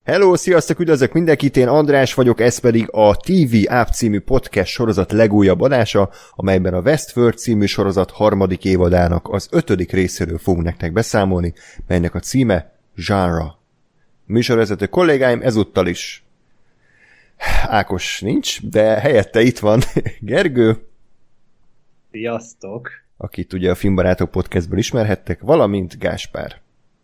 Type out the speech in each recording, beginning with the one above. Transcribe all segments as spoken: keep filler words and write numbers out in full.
Hello, sziasztok, üdvözlök mindenkit, én András vagyok, ez pedig a té vé App című podcast sorozat legújabb adása, amelyben a Westworld című sorozat harmadik évadának az ötödik részéről fogunk nektek beszámolni, melynek a címe Genre. Műsorvezető kollégáim ezúttal is Ákos nincs, de helyette itt van Gergő. Sziasztok! Akit ugye a Filmbarátok podcastből ismerhettek, valamint Gáspár.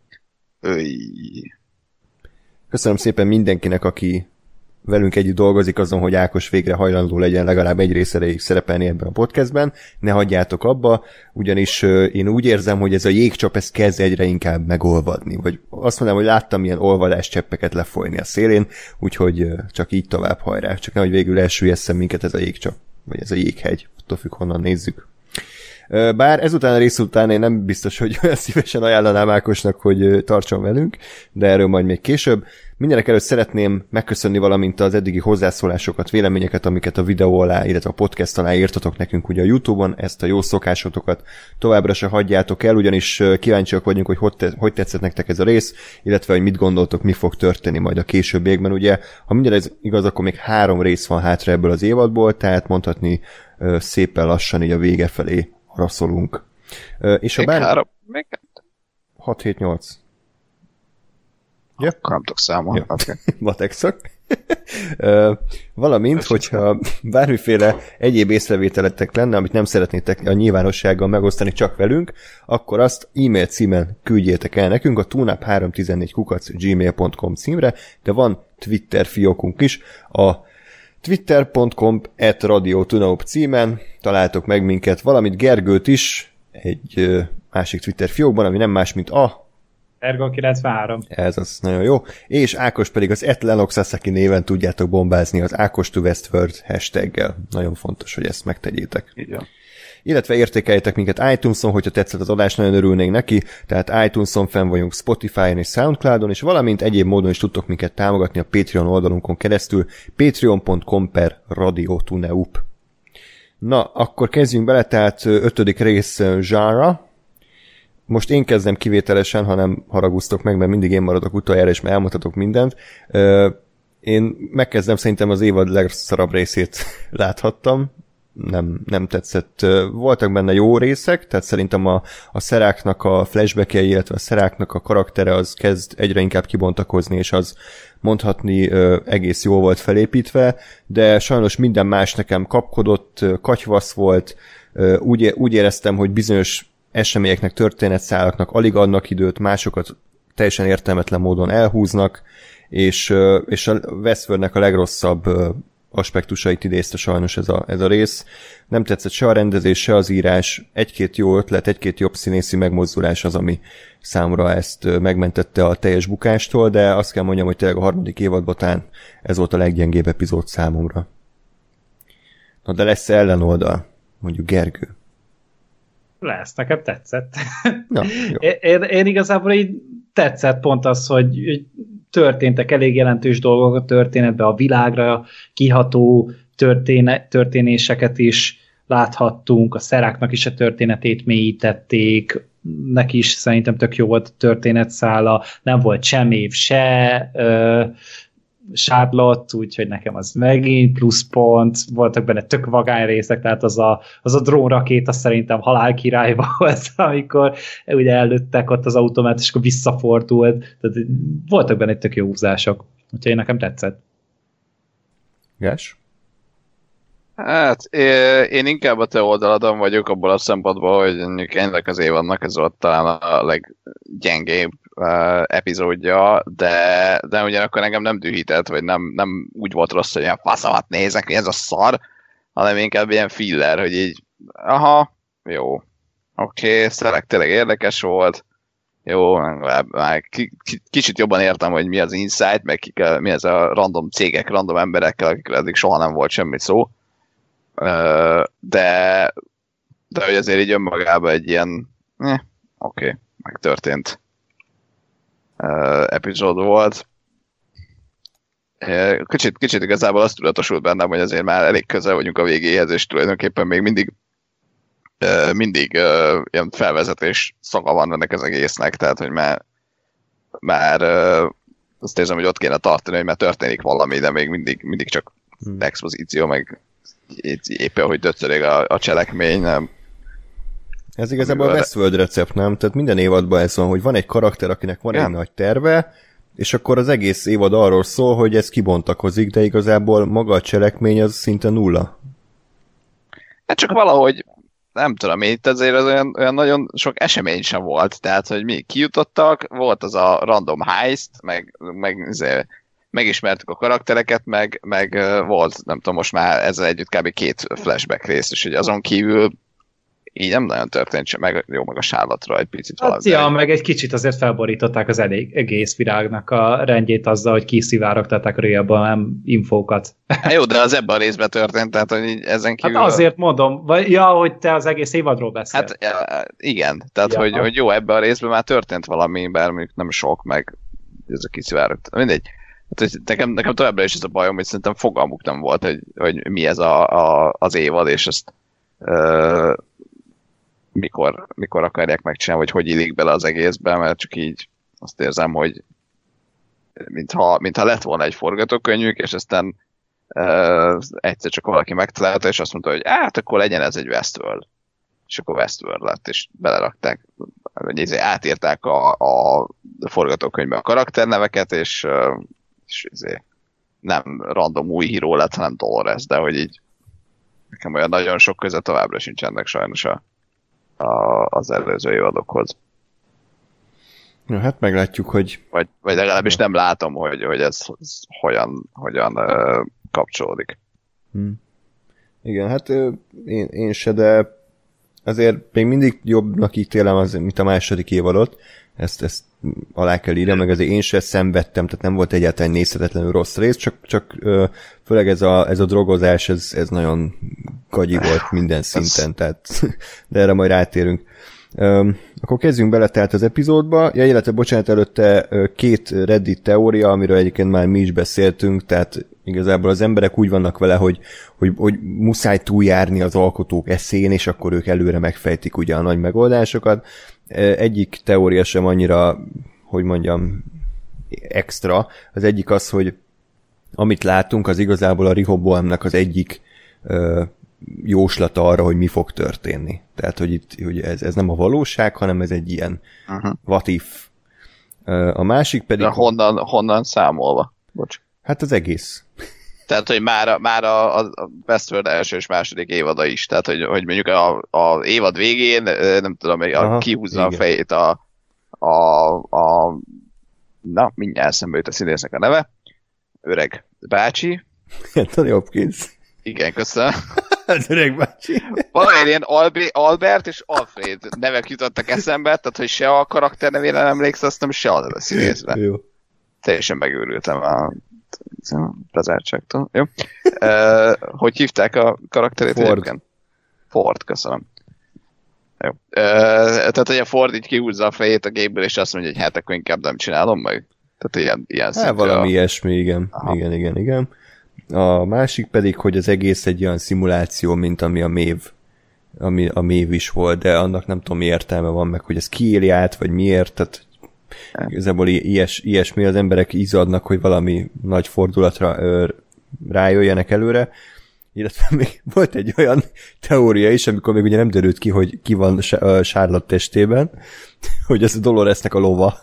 Öy. Köszönöm szépen mindenkinek, aki velünk együtt dolgozik azon, hogy Ákos végre hajlandó legyen legalább egy rész erejéig szerepelni ebben a podcastben. Ne hagyjátok abba, ugyanis én úgy érzem, hogy ez a jégcsap ez kezd egyre inkább megolvadni. Vagy azt mondom, hogy láttam ilyen olvadáscseppeket lefolyni a szélén, úgyhogy csak így tovább, hajrá. Csak nehogy végül elsüllyesszen minket ez a jégcsap, vagy ez a jéghegy, attól függ, honnan nézzük. Bár ezután a rész után én nem biztos, hogy olyan szívesen ajánlanám Ákosnak, hogy tartson velünk, de erről majd még később. Mindenek előtt szeretném megköszönni valamint az eddigi hozzászólásokat, véleményeket, amiket a videó alá, illetve a podcast alá írtatok nekünk ugye a YouTube-on, ezt a jó szokásotokat továbbra se hagyjátok el, ugyanis kíváncsiak vagyunk, hogy hogy, te, hogy tetszett nektek ez a rész, illetve hogy mit gondoltok, mi fog történni majd a későbbiekben. Ugye, ha minden ez igaz, akkor még három rész van hátra ebből az évadból, tehát mondhatni szépen lassan így a vége felé rasszolunk. Uh, és még a bár... három, még hat hét nyolc. Ja? Nem tudok számolni. Ja. Okay. Matexak. uh, valamint, hogyha bármiféle egyéb észrevételetek lenne, amit nem szeretnétek a nyilvánossággal megosztani csak velünk, akkor azt e-mail címen küldjétek el nekünk a tunap három tizennégy kukac gmail pont com címre, de van Twitter fiókunk is, a twitter pont com at radio tunaup címen találtok meg minket, valamint Gergőt is egy ö, másik Twitter fiókban, ami nem más, mint a Ergo kilencvenhárom. Ez az nagyon jó. És Ákos pedig az at Lennox Sasaki néven tudjátok bombázni az Ákos to Westworld hashtaggel. Nagyon fontos, hogy ezt megtegyétek. Igen. Illetve értékeljetek minket iTunes-on, hogyha tetszett az adás, nagyon örülnénk neki, tehát iTunes-on fenn vagyunk, Spotify-on és Soundcloud-on, és valamint egyéb módon is tudtok minket támogatni a Patreon oldalunkon keresztül, patreon pont com per radio tuneup. Na, akkor kezdjünk bele, tehát ötödik rész Genre. Most én kezdem kivételesen, ha nem haraguztok meg, mert mindig én maradok utoljára, és már elmondhatok mindent. Én megkezdem, szerintem az évad legszarabb részét láthattam, nem, nem tetszett. Voltak benne jó részek, tehát szerintem a, a szeráknak a flashbackjei, illetve a szeráknak a karaktere az kezd egyre inkább kibontakozni, és az mondhatni egész jól volt felépítve, de sajnos minden más nekem kapkodott, katyvasz volt, úgy, úgy éreztem, hogy bizonyos eseményeknek, történetszálaknak alig adnak időt, másokat teljesen értelmetlen módon elhúznak, és, és a Westworldnek a legrosszabb aspektusait idézte sajnos ez a, ez a rész. Nem tetszett se a rendezés, se az írás, egy-két jó ötlet, egy-két jobb színészi megmozdulás az, ami számomra ezt megmentette a teljes bukástól, de azt kell mondjam, hogy tényleg a harmadik évadban talán ez volt a leggyengébb epizód számomra. Na de lesz ellenoldal? Mondjuk Gergő. Lesz, nekem tetszett. Na, én, én igazából így tetszett pont az, hogy történtek elég jelentős dolgok a történetben, a világra kiható történe, történéseket is láthattunk, a szeráknak is a történetét mélyítették, neki is szerintem tök jó volt a történetszála, nem volt sem év, se ö, Charlotte, úgyhogy nekem az megint pluszpont, voltak benne tök vagány részek, tehát az a, az a drónrakéta szerintem halálkirály volt, amikor ugye előttek ott az automát, és akkor visszafordult, tehát voltak benne tök jó húzások, úgyhogy nekem tetszett. Gás? Hát én inkább a te oldaladon vagyok abból a szempontból, hogy mondjuk ennek az évadnak ez volt talán a leggyengébb uh, epizódja, de, de ugyanakkor engem nem dühített, vagy nem, nem úgy volt rossz, hogy ilyen faszamat nézek, mi ez a szar, hanem inkább ilyen filler, hogy így, aha, jó, oké, okay, szerek tényleg érdekes volt, jó, már kicsit jobban értem, hogy mi az insight, meg kik, mi ez a random cégek, random emberekkel, akikkel eddig soha nem volt semmi szó, de de hogy azért így önmagában egy ilyen eh, oké, okay, megtörtént uh, epizód volt. Kicsit, kicsit igazából azt tudatosult bennem, hogy azért már elég közel vagyunk a végéhez, és tulajdonképpen még mindig uh, mindig uh, ilyen felvezetés szaga van ennek az egésznek, tehát hogy már, már uh, azt érzem, hogy ott kéne tartani, hogy már történik valami, de még mindig, mindig csak hmm. expozíció, meg éppen, hogy döcörig a, a cselekmény, nem. Ez igazából a Westworld recept, nem? Tehát minden évadban ez van, hogy van egy karakter, akinek van ja. egy nagy terve, és akkor az egész évad arról szól, hogy ez kibontakozik, de igazából maga a cselekmény az szinte nulla. Hát csak valahogy, nem tudom, itt azért az olyan, olyan nagyon sok esemény sem volt, tehát, hogy mi kijutottak, volt az a random heist, meg, meg azért megismertük a karaktereket, meg, meg volt, nem tudom, most már ezzel együtt kb. Két flashback rész, és hogy azon kívül így nem nagyon történt sem, meg jó, meg a Charlotte-ra egy picit hát, valami. Ja, meg egy kicsit azért felborították az elég, egész virágnak a rendjét azzal, hogy kiszivárogtatták régebben nem infókat. Hát jó, de az ebben a részben történt, tehát hogy így ezen kívül... Hát azért mondom, vagy, ja, hogy te az egész évadról beszélsz. Hát igen, tehát ja, hogy, hogy jó, ebben a részben már történt valami, bár mondjuk nem sok, meg ez a kiszivárogtatás. Mindegy. Hát, nekem, nekem továbbra is ez a bajom, hogy szerintem fogalmuk nem volt, hogy, hogy mi ez a, a, az évad, és ezt uh, mikor, mikor akarják megcsinálni, vagy hogy illik bele az egészbe, mert csak így azt érzem, hogy mintha, mintha lett volna egy forgatókönyvük, és aztán uh, egyszer csak valaki megtalálta, és azt mondta, hogy hát akkor legyen ez egy Westworld. És akkor Westworld lett, és belerakták, vagy átírták a, a forgatókönyvbe a karakterneveket, és, uh, és ezért nem random új híró lett, hanem Dolores, de hogy így nekem olyan nagyon sok köze továbbra sincsenek sajnos a A, az előző évadokhoz. Ja, hát meglátjuk, hogy... Vagy, vagy legalábbis nem látom, hogy, hogy ez, ez hogyan, hogyan uh, kapcsolódik. Hmm. Igen, hát én, én se, de azért még mindig jobbnak ítélem az, mint a második évadot. Ezt, ezt alá kell írjam, meg azért én se szenvedtem, tehát nem volt egyáltalán nézhetetlenül rossz rész, csak, csak főleg ez a, ez a drogozás, ez, ez nagyon gagyi volt minden szinten, tehát, de erre majd rátérünk. Akkor kezdjünk bele tehát az epizódba. Ja, illetve bocsánat, előtte két Reddit teória, amiről egyébként már mi is beszéltünk, tehát igazából az emberek úgy vannak vele, hogy, hogy, hogy muszáj túljárni az alkotók eszén, és akkor ők előre megfejtik ugye a nagy megoldásokat. Egyik teória sem annyira, hogy mondjam, extra. Az egyik az, hogy amit látunk, az igazából a Rehoboamnak az egyik ö, jóslata arra, hogy mi fog történni. Tehát, hogy itt hogy ez, ez nem a valóság, hanem ez egy ilyen uh-huh. what if. A másik pedig... De honnan, honnan számolva? Bocs. Hát az egész. Tehát, hogy már a, már a, a Westworld első és második évada is. Tehát, hogy, hogy mondjuk a, a évad végén, nem tudom, a, kihúzza a fejét a, a, a na, mindjárt eszembe jut a színésznek a neve. Öreg bácsi. Anthony Hopkins. Igen, köszönöm. Az öreg bácsi. Valami ilyen Albi, Albert és Alfred nevek jutottak eszembe, tehát, hogy se a karakter nevére nem emlékszem, se az a színészre. Jó. Teljesen megőrültem a bezártságtól. Jó. Uh, hogy hívták a karakterét? Ford. Egyébként? Ford, köszönöm. Jó. Uh, tehát, hogy a Ford így kihúzza a fejét a gépből, és azt mondja, hogy hát akkor inkább nem csinálom meg. Tehát ilyen, ilyen hát valami a... ilyesmi, igen. Aha. Igen, igen, igen. A másik pedig, hogy az egész egy olyan szimuláció, mint ami a mév, ami a mév is volt, de annak nem tudom mi értelme van meg, hogy ez kiéli át, vagy miért, tehát igazából ilyes, ilyesmi, az emberek izzadnak, hogy valami nagy fordulatra ö, rájöjjenek előre, illetve még volt egy olyan teória is, amikor még ugye nem derült ki, hogy ki van Charlotte testében, hogy ez a Doloresnek a lova.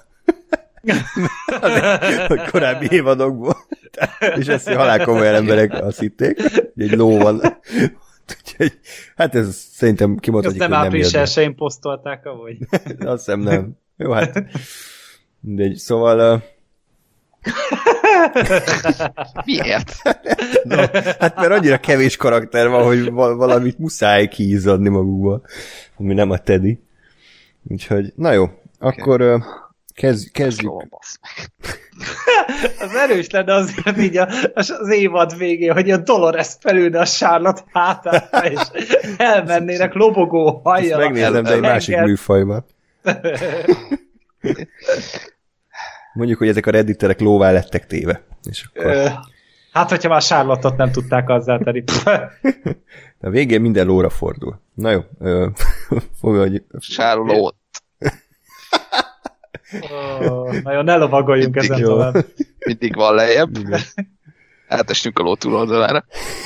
A korábbi évadokból. És ezt a halálkomolyan emberek azt hitték, hogy egy ló van. Úgyhogy, hát ez szerintem kimondhatjuk, hogy nem április elsején posztolták, ahogy. Azt hiszem nem. Jó, hát mindegy. Szóval... Uh... Miért? No, hát mert annyira kevés karakter van, hogy valamit muszáj kiizzadni magukból, ami nem a Teddy. Úgyhogy, na jó, akkor uh, kezd, kezdjük. Az erős lenne azért így a, az évad végén, hogy a Dolores felülne a Charlotte hátára, és elmennének lobogó hajjal. Ezt megnézem, de egy másik műfajban. Mondjuk, hogy ezek a redditerek lóvá lettek téve. És akkor... Hát, hogyha már Charlotte-ot nem tudták azzal tenni. A végén minden lóra fordul. Na jó. Fogadjuk. Charlotte. Oh, nagyon ne lovagoljunk ezen jó. tovább. Mindig van lejjebb. Átestünk a ló túloldalára.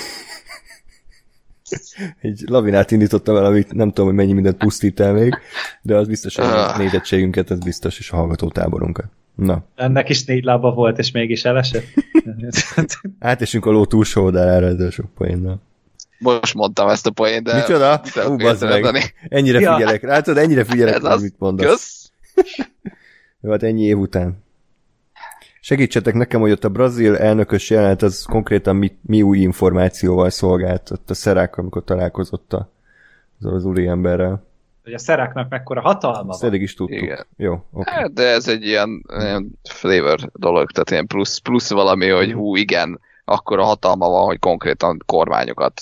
Egy lavinát indítottam el, amit nem tudom, hogy mennyi mindent pusztít el még, de az biztos, hogy a nézettségünket, ez biztos, és a hallgatótáborunkat. Na. Ennek is négy lába volt, és mégis elesett. Átesünk a ló túlsó oldalára ezzel sok poénnal. Most mondtam ezt a poént, de... Micsoda? Hú, bazd meg. Ennyire ja. figyelek rá, tudod, ennyire figyelek rá, mit mondasz. Kösz. Jó, hát ennyi év után. Segítsetek nekem, hogy ott a brazil elnökös jelenet, az konkrétan mi, mi új információval szolgált ott a szerák, amikor találkozott a, az, az úriemberrel. Hogy a szeráknak mekkora hatalma Ezt van. eddig is tudtuk. Igen. Jó, okay. Hát, de ez egy ilyen, ilyen flavor dolog, tehát ilyen plusz, plusz valami, hogy hú, igen, akkora hatalma van, hogy konkrétan kormányokat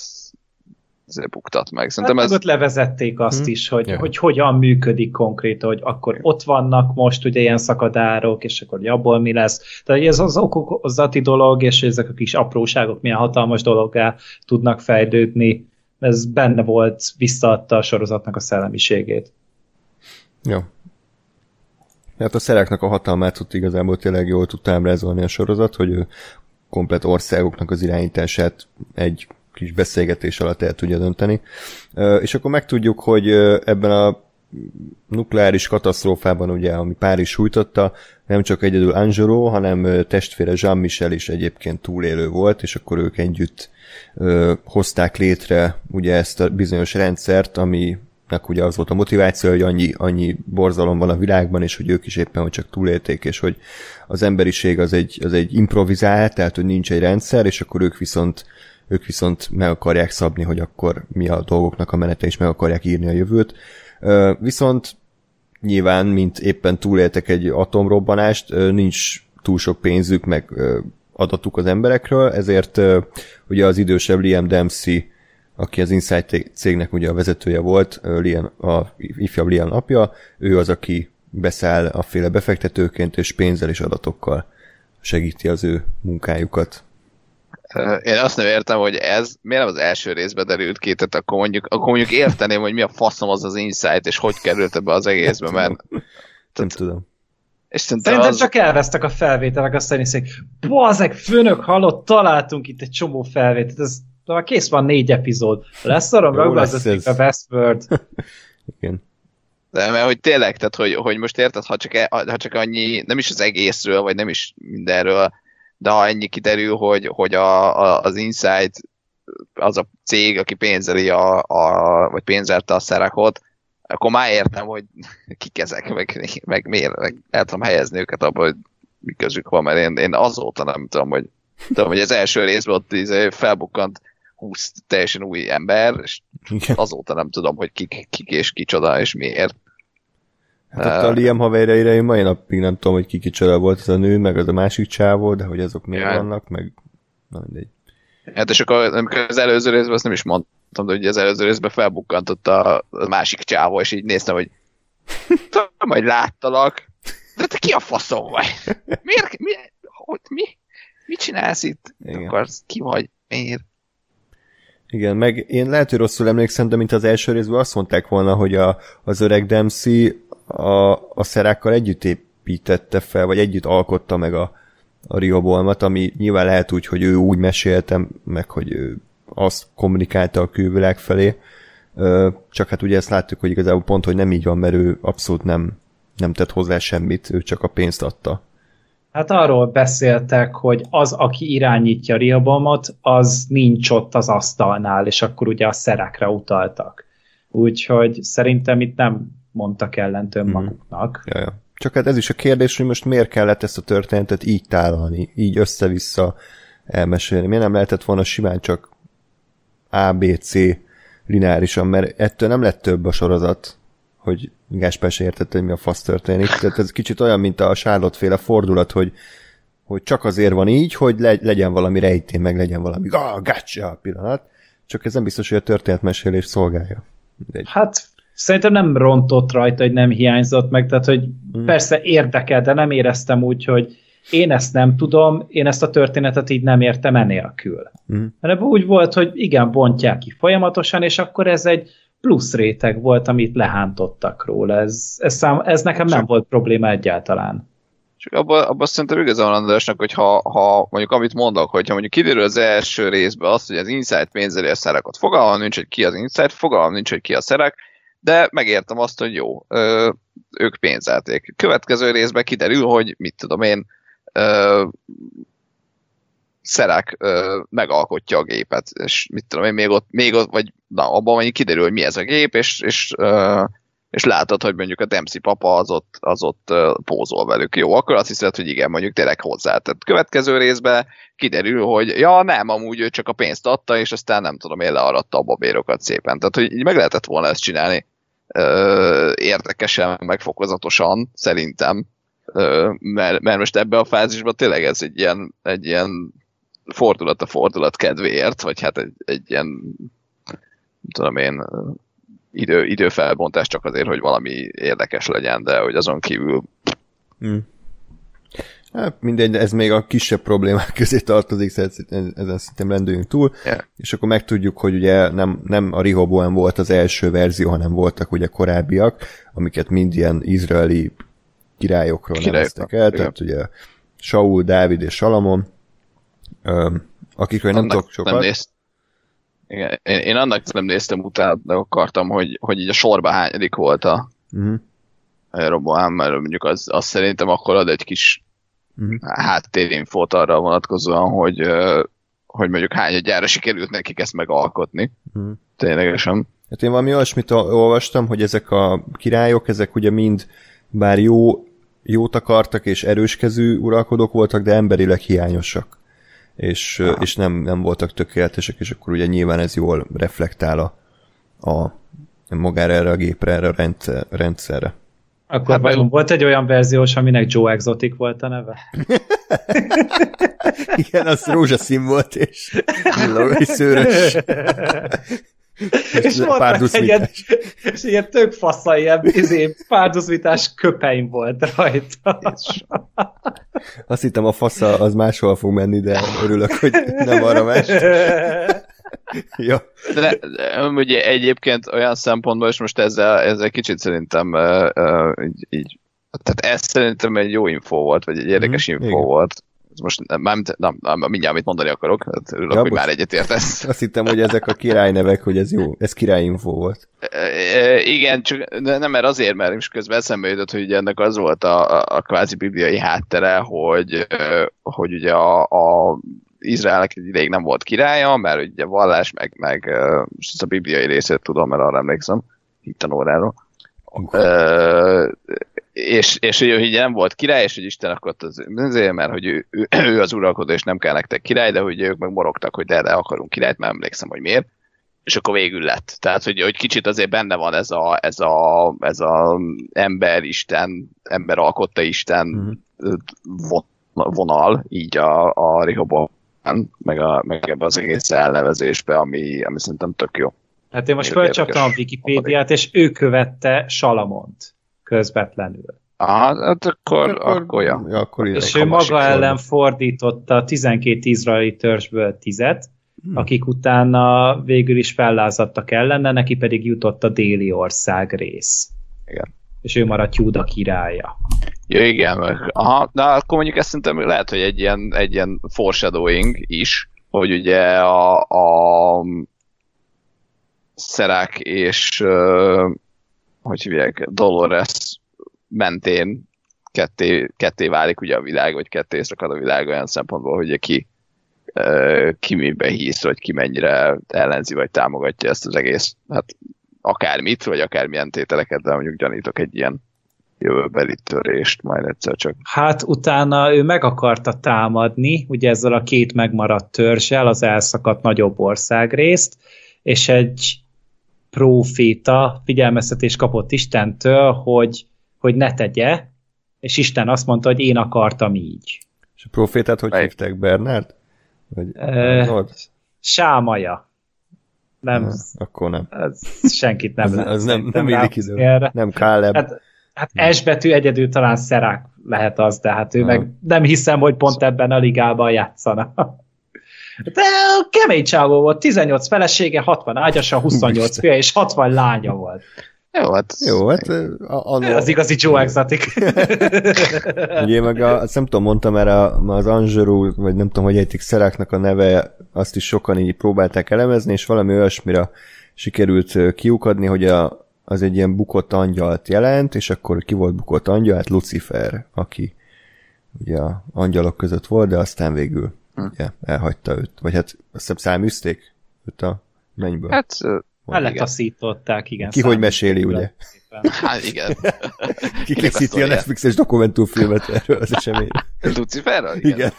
buktat meg. Szerintem hát ez... ott levezették azt hmm. is, hogy, ja. hogy hogyan működik konkrétan, hogy akkor ott vannak most ugye ilyen szakadárok, és akkor abból mi lesz. Tehát ez az okozati dolog, és ezek a kis apróságok milyen hatalmas dologgá tudnak fejlődni. Ez benne volt, visszaadta a sorozatnak a szellemiségét. Jó. Hát a szeráknak a hatalmát ott igazából tényleg jól tudta ábrázolni a sorozat, hogy ő komplett országoknak az irányítását egy kis beszélgetés alatt el tudja dönteni. És akkor megtudjuk, hogy ebben a nukleáris katasztrófában, ugye, ami Párizs sújtotta, nem csak egyedül Angelo, hanem testvére Jean-Michel is egyébként túlélő volt, és akkor ők együtt ö, hozták létre ugye ezt a bizonyos rendszert, aminek ugye az volt a motiváció, hogy annyi, annyi borzalom van a világban, és hogy ők is éppen hogy csak túlélték, és hogy az emberiség az egy, az egy improvizált, tehát hogy nincs egy rendszer, és akkor ők viszont ők viszont meg akarják szabni, hogy akkor mi a dolgoknak a menete, és meg akarják írni a jövőt. Viszont nyilván, mint éppen túléltek egy atomrobbanást, nincs túl sok pénzük, meg adatuk az emberekről, ezért ugye az idősebb Liam Dempsey, aki az Insight cégnek ugye a vezetője volt, Liam, a ifjabb Liam apja, ő az, aki beszáll a féle befektetőként, és pénzzel és adatokkal segíti az ő munkájukat. Én azt nem értem, hogy ez miért nem az első részben derült ki, tehát akkor mondjuk, akkor mondjuk érteném, hogy mi a faszom az az Insight, és hogy került ebbe az egészbe, mert... Nem tehát, tudom. És szerintem az... csak elvesztek a felvételek, azt szerint, hogy bazeg, főnök, hallott, találtunk itt egy csomó felvételt, ez már kész van négy epizód. Lesz arra, ragdazzatik a Westworld. Igen. De mert hogy tényleg, tehát hogy, hogy most érted, ha csak, e, ha csak annyi, nem is az egészről, vagy nem is mindenről, de ha ennyi kiderül, hogy, hogy a, a, az Insight az a cég, aki pénzeli a, a vagy pénzelte a szerekot, akkor már értem, hogy kik ezek, meg, meg miért, meg el tudom helyezni őket abban, hogy mi közük van, mert én, én azóta nem tudom, hogy, tudom, hogy az első részben ott felbukkant húsz teljesen új ember, és azóta nem tudom, hogy kik, kik és kicsoda, és miért. Hát ott a Liam haverjaira én mai napig nem tudom, hogy ki kicsoda volt ez a nő, meg az a másik csávó, de hogy azok miért ja. vannak, meg na mindegy. Hát és akkor amikor az előző részben azt nem is mondtam, de ugye az előző részben felbukkantott a, a másik csávó, és így néztem, hogy tudom, hogy láttalak, de te ki a faszom vagy? Miért? Mi? Hogy, mi? Mit csinálsz itt? Igen. Akarsz? Ki vagy? Miért? Igen, meg én lehet, hogy rosszul emlékszem, de mint az első részben azt mondták volna, hogy a, az öreg Dempsey a, a szerákkal együtt építette fel, vagy együtt alkotta meg a, a Rehobolmat, ami nyilván lehet úgy, hogy ő úgy meséltem, meg hogy ő azt kommunikálta a külvilág felé. Csak hát ugye ezt láttuk, hogy igazából pont, hogy nem így van, mert ő abszolút nem, nem tett hozzá semmit, ő csak a pénzt adta. Hát arról beszéltek, hogy az, aki irányítja Rehobolmot, az nincs ott az asztalnál, és akkor ugye a szerekre utaltak. Úgyhogy szerintem itt nem mondtak ellent önmaguknak. Mm. Ja, ja. Csak hát ez is a kérdés, hogy most miért kellett ezt a történetet így tálalni, így össze-vissza elmesélni. Miért nem lehetett volna simán csak A, B, C lineárisan, mert ettől nem lett több a sorozat, hogy Gáspár se értette, hogy mi a fasz történik. Tehát ez kicsit olyan, mint a Charlotte-féle fordulat, hogy, hogy csak azért van így, hogy le, legyen valami rejtély, meg legyen valami ah, gotcha pillanat. Csak ez nem biztos, hogy a történetmesélés szolgálja. Mindegy. Hát szerintem nem rontott rajta, hogy nem hiányzott meg, tehát hogy mm. persze érdekel, de nem éreztem úgy, hogy én ezt nem tudom, én ezt a történetet így nem értem enélkül. Mm. Hanem úgy volt, hogy igen, bontják ki folyamatosan, és akkor ez egy plusz réteg volt, amit lehántottak róla. Ez, ez, szám, ez nekem nem Csak... volt probléma egyáltalán. Csak abban abba szerintem igazán Andrásnak, hogy ha, ha mondjuk amit mondok, hogyha mondjuk kiderül az első részben azt, hogy az Inside pénzeli a szerekot, fogalmam nincs, hogy ki az Inside, fogalmam nincs, hogy ki a szerek, de megértem azt, hogy jó, ö, ők pénzelték. Következő részben kiderül, hogy mit tudom én, ö, szerek ö, megalkotja a gépet, és mit tudom én, még ott, még ott vagy na, abban mondjuk kiderül, hogy mi ez a gép, és, és ö, és látod, hogy mondjuk a Dempsey papa az ott, az ott uh, pózol velük. Jó, akkor azt hiszed, hogy igen, mondjuk tényleg hozzá. Tehát következő részben kiderül, hogy ja, nem, amúgy ő csak a pénzt adta, és aztán nem tudom, én learatta a babérokat szépen. Tehát, hogy így meg lehetett volna ezt csinálni uh, érdekesen, megfokozatosan, szerintem. Uh, mert, mert most ebben a fázisban tényleg ez egy ilyen, egy ilyen fordulat a fordulat kedvéért, vagy hát egy, egy ilyen, tudom én, Idő, időfelbontás csak azért, hogy valami érdekes legyen, de hogy azon kívül... Hmm. Hát mindegy, ez még a kisebb problémák közé tartozik, ezen szerintem rendüljünk túl, yeah. És akkor megtudjuk, hogy ugye nem, nem a Rehoboam volt az első verzió, hanem voltak ugye korábbiak, amiket mind ilyen izraeli királyokról Királyok, neveztek el, igen. Tehát ugye Saul, Dávid és Salamon, akikről nem tudok sokat. Nem nézt. Igen, én, én annak nem néztem utána, de akartam, hogy, hogy így a sorba hányadik volt a uh-huh. Roboám, mert mondjuk az, az szerintem akkor ad egy kis uh-huh. háttérinfót arra vonatkozóan, hogy, hogy mondjuk hányadjára sikerült nekik ezt megalkotni. Uh-huh. Ténylegesen. Hát én valami olyasmit olvastam, hogy ezek a királyok, ezek ugye mind bár jó, jót akartak és erőskezű uralkodók voltak, de emberileg hiányosak. És, és nem, nem voltak tökéletesek, és akkor ugye nyilván ez jól reflektál a, a magára erre a gépre, erre a rendszer, rendszerre. Akkor hát vajon volt egy olyan verziós, aminek Joe Exotic volt a neve? Igen, az rózsaszín volt, és és szőrös. És, és volt egy ilyen, és ilyen tök fasza, ilyen izé, párducvitás köpeim volt rajta. Azt hittem a fasza az máshol fog menni, de örülök, hogy nem arra megy. Ja. De, de ugye egyébként olyan szempontból, és most ezzel, ezzel kicsit szerintem uh, uh, így, így, tehát ez szerintem egy jó info volt, vagy egy érdekes mm-hmm, info igen. volt. Ez most nem, nem, nem, nem, mindjárt amit mondani akarok, hát örülök, ja, hogy most már egyetértesz. Azt hittem, hogy ezek a királynevek, hogy ez jó, ez királyinfo volt. E, igen, csak nem, mert azért, mert is közben eszembe jutott, hogy ugye ennek az volt a, a, a kvázi bibliai háttere, hogy, hogy ugye a, a Izraelnek egy ideig nem volt királya, mert ugye vallás, meg, meg ezt a bibliai részét tudom, mert arra emlékszem, hittanóráról. Uh, és, és hogy ugye nem volt király, és hogy Isten akart az, azért, mert hogy ő, ő, ő az uralkodó, és nem kell nektek király, de hogy ők meg morogtak, hogy de, de akarunk királyt, mert emlékszem, hogy miért. És akkor végül lett. Tehát, hogy, hogy kicsit azért benne van ez a, ez a, ez a ember Isten, ember alkotta Isten mm-hmm. vonal, így a, a Rehoboam, meg, a, meg ebbe az egész elnevezésbe, ami, ami szerintem tök jó. Hát én most fölcsaptam a Wikipédiát, és ő követte Salamont közvetlenül. Aha, hát akkor, akkor, akkor, ja. Ja, akkor és ő maga ellen fordította tizenkét izraeli törzsből tizet, hmm. akik utána végül is fellázadtak ellene, neki pedig jutott a déli ország rész. Igen. És ő maradt Júda királya. Ja, igen. Aha, de akkor mondjuk ezt szerintem lehet, hogy egy ilyen, egy ilyen foreshadowing is, hogy ugye a, a Szerák és uh, hogy hívják, Dolores mentén ketté, ketté válik ugye a világ, vagy ketté szakad a világ olyan szempontból, hogy ki, uh, ki mibe hisz, vagy ki mennyire ellenzi, vagy támogatja ezt az egész, hát akármit, vagy akármilyen tételeket, de mondjuk gyanítok egy ilyen jövőbeli törést majd egyszer csak. Hát utána ő meg akarta támadni, ugye ezzel a két megmaradt törzsel, az elszakadt nagyobb országrészt, és egy próféta figyelmeztetést kapott Istentől, hogy, hogy ne tegye, és Isten azt mondta, hogy én akartam így. És a prófétát hogy Melyik? hívták? Bernard? Vagy uh, Sámaja. Nem. Na, akkor nem. Ez senkit nem az, lehet. Az nem, nem illik idő. Nem Káleb. Hát, hát S betű egyedül talán Szerák lehet az, de hát ő ah. meg nem hiszem, hogy pont ebben a ligában játszana. De kemény csávó volt, tizennyolc felesége, hatvan ágyasa, huszonnyolc fia és hatvan lánya volt. Jó, hát... Jó, hát... A, a, az igazi Joe Exotic. Ugye meg a, azt nem tudom, mondtam már az Angelou, vagy nem tudom, hogy ejtik Serac-nak a neve, azt is sokan így próbálták elemezni, és valami olyasmire sikerült kiukadni, hogy a, az egy ilyen bukott angyalt jelent, és akkor ki volt bukott angyal? Hát Lucifer, aki ugye a angyalok között volt, de aztán végül hm. ugye, elhagyta őt. Vagy hát azt hiszem száműzték őt a mennyből. Hát eletaszították, igen. Ki hogy meséli, ugye? Hát igen. Ki készíti a Netflixes dokumentumfilmet erről az eseményről. Luciferről? Igen. igen.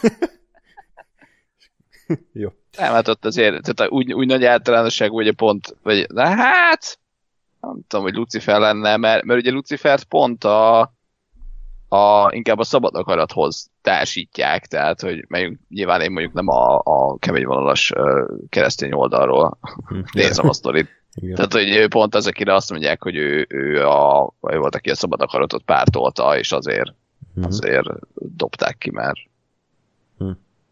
Jó. Nem, hát ott azért, tehát úgy, úgy nagy általánosság, ugye pont, vagy, de hát, nem tudom, hogy Lucifer lenne, mert, mert ugye Lucifert pont a, a inkább a szabad akarathoz társítják, tehát, hogy melyünk, nyilván én mondjuk nem a, a keményvonalas uh, keresztény oldalról nézem a sztorit. Igen. Tehát, hogy ő pont az, akire azt mondják, hogy ő, ő, a, ő volt, aki a szabad akaratot pártolta, és azért, azért dobták ki, mert hm.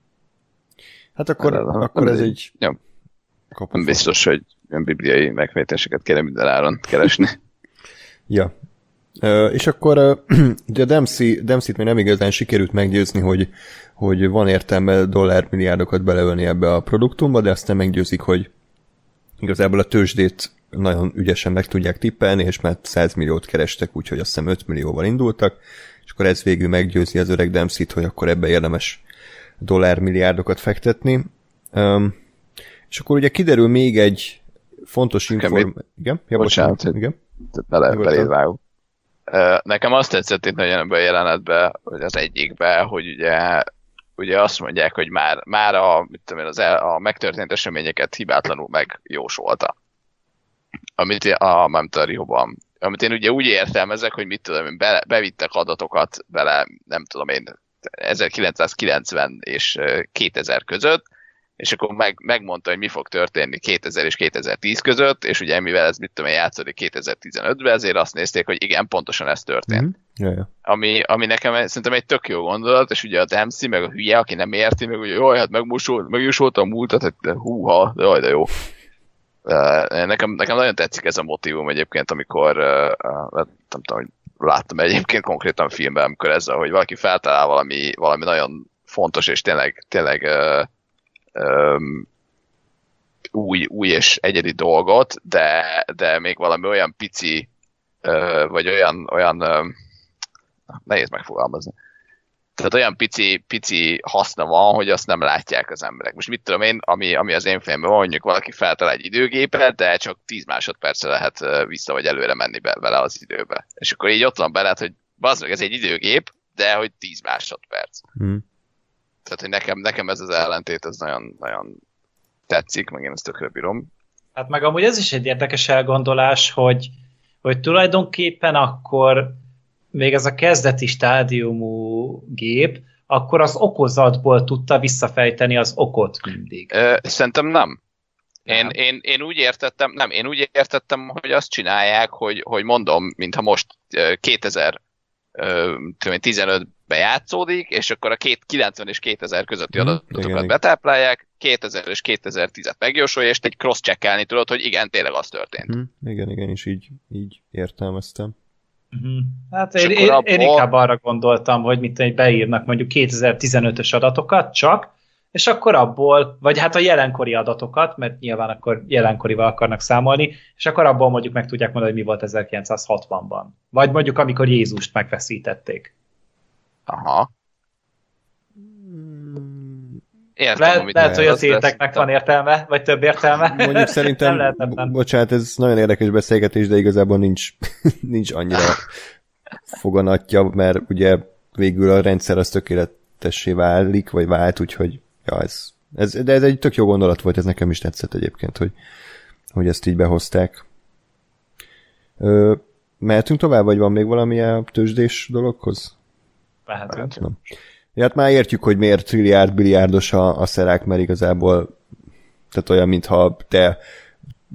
Hát akkor, de, akkor ez egy... Jó. Nem biztos, hogy olyan bibliai megfejtéseket kéne minden áron keresni. Ja. Uh, és akkor uh, ugye a Dempsey, Dempsey-t még nem igazán sikerült meggyőzni, hogy, hogy van értelme dollármilliárdokat beleölni ebbe a produktumba, de aztán meggyőzik, hogy igazából a tőzsdét nagyon ügyesen meg tudják tippelni, és már száz milliót kerestek, úgyhogy azt hiszem öt millióval indultak, és akkor ez végül meggyőzi az öreg Dempsey-t, hogy akkor ebbe érdemes dollármilliárdokat fektetni. Um, és akkor ugye kiderül még egy fontos információ. Igen? Ja, bocsánat, bocsánat igen? Bele, beléd vágok. Nekem azt tetszett itt nagyon ebben a jelenetben, hogy az egyikben, hogy ugye, ugye azt mondják, hogy már, már a, mit tudom én, az el, a megtörtént eseményeket hibátlanul megjósolta. Amit a, nem tudom, a Rihoban. Amit én ugye úgy értelmezek, hogy mit tudom én, be, bevittek adatokat bele, nem tudom én, ezerkilencszázkilencven és kétezer között, és akkor meg, megmondta, hogy mi fog történni kétezer és kétezer-tíz között, és ugye mivel ez mit tudom én játszódik kétezer-tizenötben, ezért azt nézték, hogy igen, pontosan ez történt. Mm-hmm. Ja, ja. Ami, ami nekem szerintem egy tök jó gondolat, és ugye a Dempsey, meg a hülye, aki nem érti, meg ugye jaj, hát megjósolta a múltat, hát húha, jaj, de jó. Nekem, nekem nagyon tetszik ez a motívum egyébként, amikor nem tudom, hogy láttam egyébként konkrétan filmben, amikor ezzel, hogy valaki feltalál valami, valami nagyon fontos és tényleg, tényleg uh, um, új, új és egyedi dolgot, de, de még valami olyan pici, uh, vagy olyan, olyan uh, nehéz megfogalmazni. Tehát olyan pici, pici haszna van, hogy azt nem látják az emberek. Most mit tudom én, ami, ami az én fejemben van, mondjuk valaki feltalál egy időgépet, de csak tíz másodpercre lehet vissza vagy előre menni be, vele az időbe. És akkor így ott van bele, hogy bazd meg, ez egy időgép, de hogy tíz másodperc. Mm. Tehát, hogy nekem, nekem ez az ellentét, ez nagyon, nagyon tetszik, meg én ezt tökre bírom. Hát meg amúgy ez is egy érdekes elgondolás, hogy, hogy tulajdonképpen akkor még ez a kezdeti stádiumú gép, akkor az okozatból tudta visszafejteni az okot mindig. Ö, szerintem nem. Én, én, én úgy értettem, nem, én úgy értettem, hogy azt csinálják, hogy, hogy mondom, mintha most kétezer-tizenötben játszódik, és akkor a kilencven és kétezer közötti hmm, adatokat igen, betáplálják, kétezer és kétezer-tízet megjósolja, és egy cross-checkelni tudod, hogy igen, tényleg az történt. Hmm, igen, igen, és így, így értelmeztem. Uh-huh. Hát én, én, abból... én inkább arra gondoltam, hogy mit hogy beírnak mondjuk kétezer-tizenötös adatokat csak, és akkor abból, vagy hát a jelenkori adatokat, mert nyilván akkor jelenkorival akarnak számolni, és akkor abból mondjuk meg tudják mondani, hogy mi volt ezerkilencszázhatvanban. Vagy mondjuk amikor Jézust megfeszítették. Aha. Értem, Le, lehet, hogy a téteknek van értelme, vagy több értelme. Mondjuk szerintem, bocsánat, ez nagyon érdekes beszélgetés, de igazából nincs, nincs annyira foganatja, mert ugye végül a rendszer az tökéletessé válik, vagy vált, úgyhogy ja, ez, ez, de ez egy tök jó gondolat volt, ez nekem is tetszett egyébként, hogy, hogy ezt így behozták. Ö, mehetünk tovább, vagy van még valamilyen tőzsdés dologhoz? Mehetünk. Nem. Ja, hát már értjük, hogy miért trilliárd, billiárdos a, a Serac, mert igazából tehát olyan, mintha te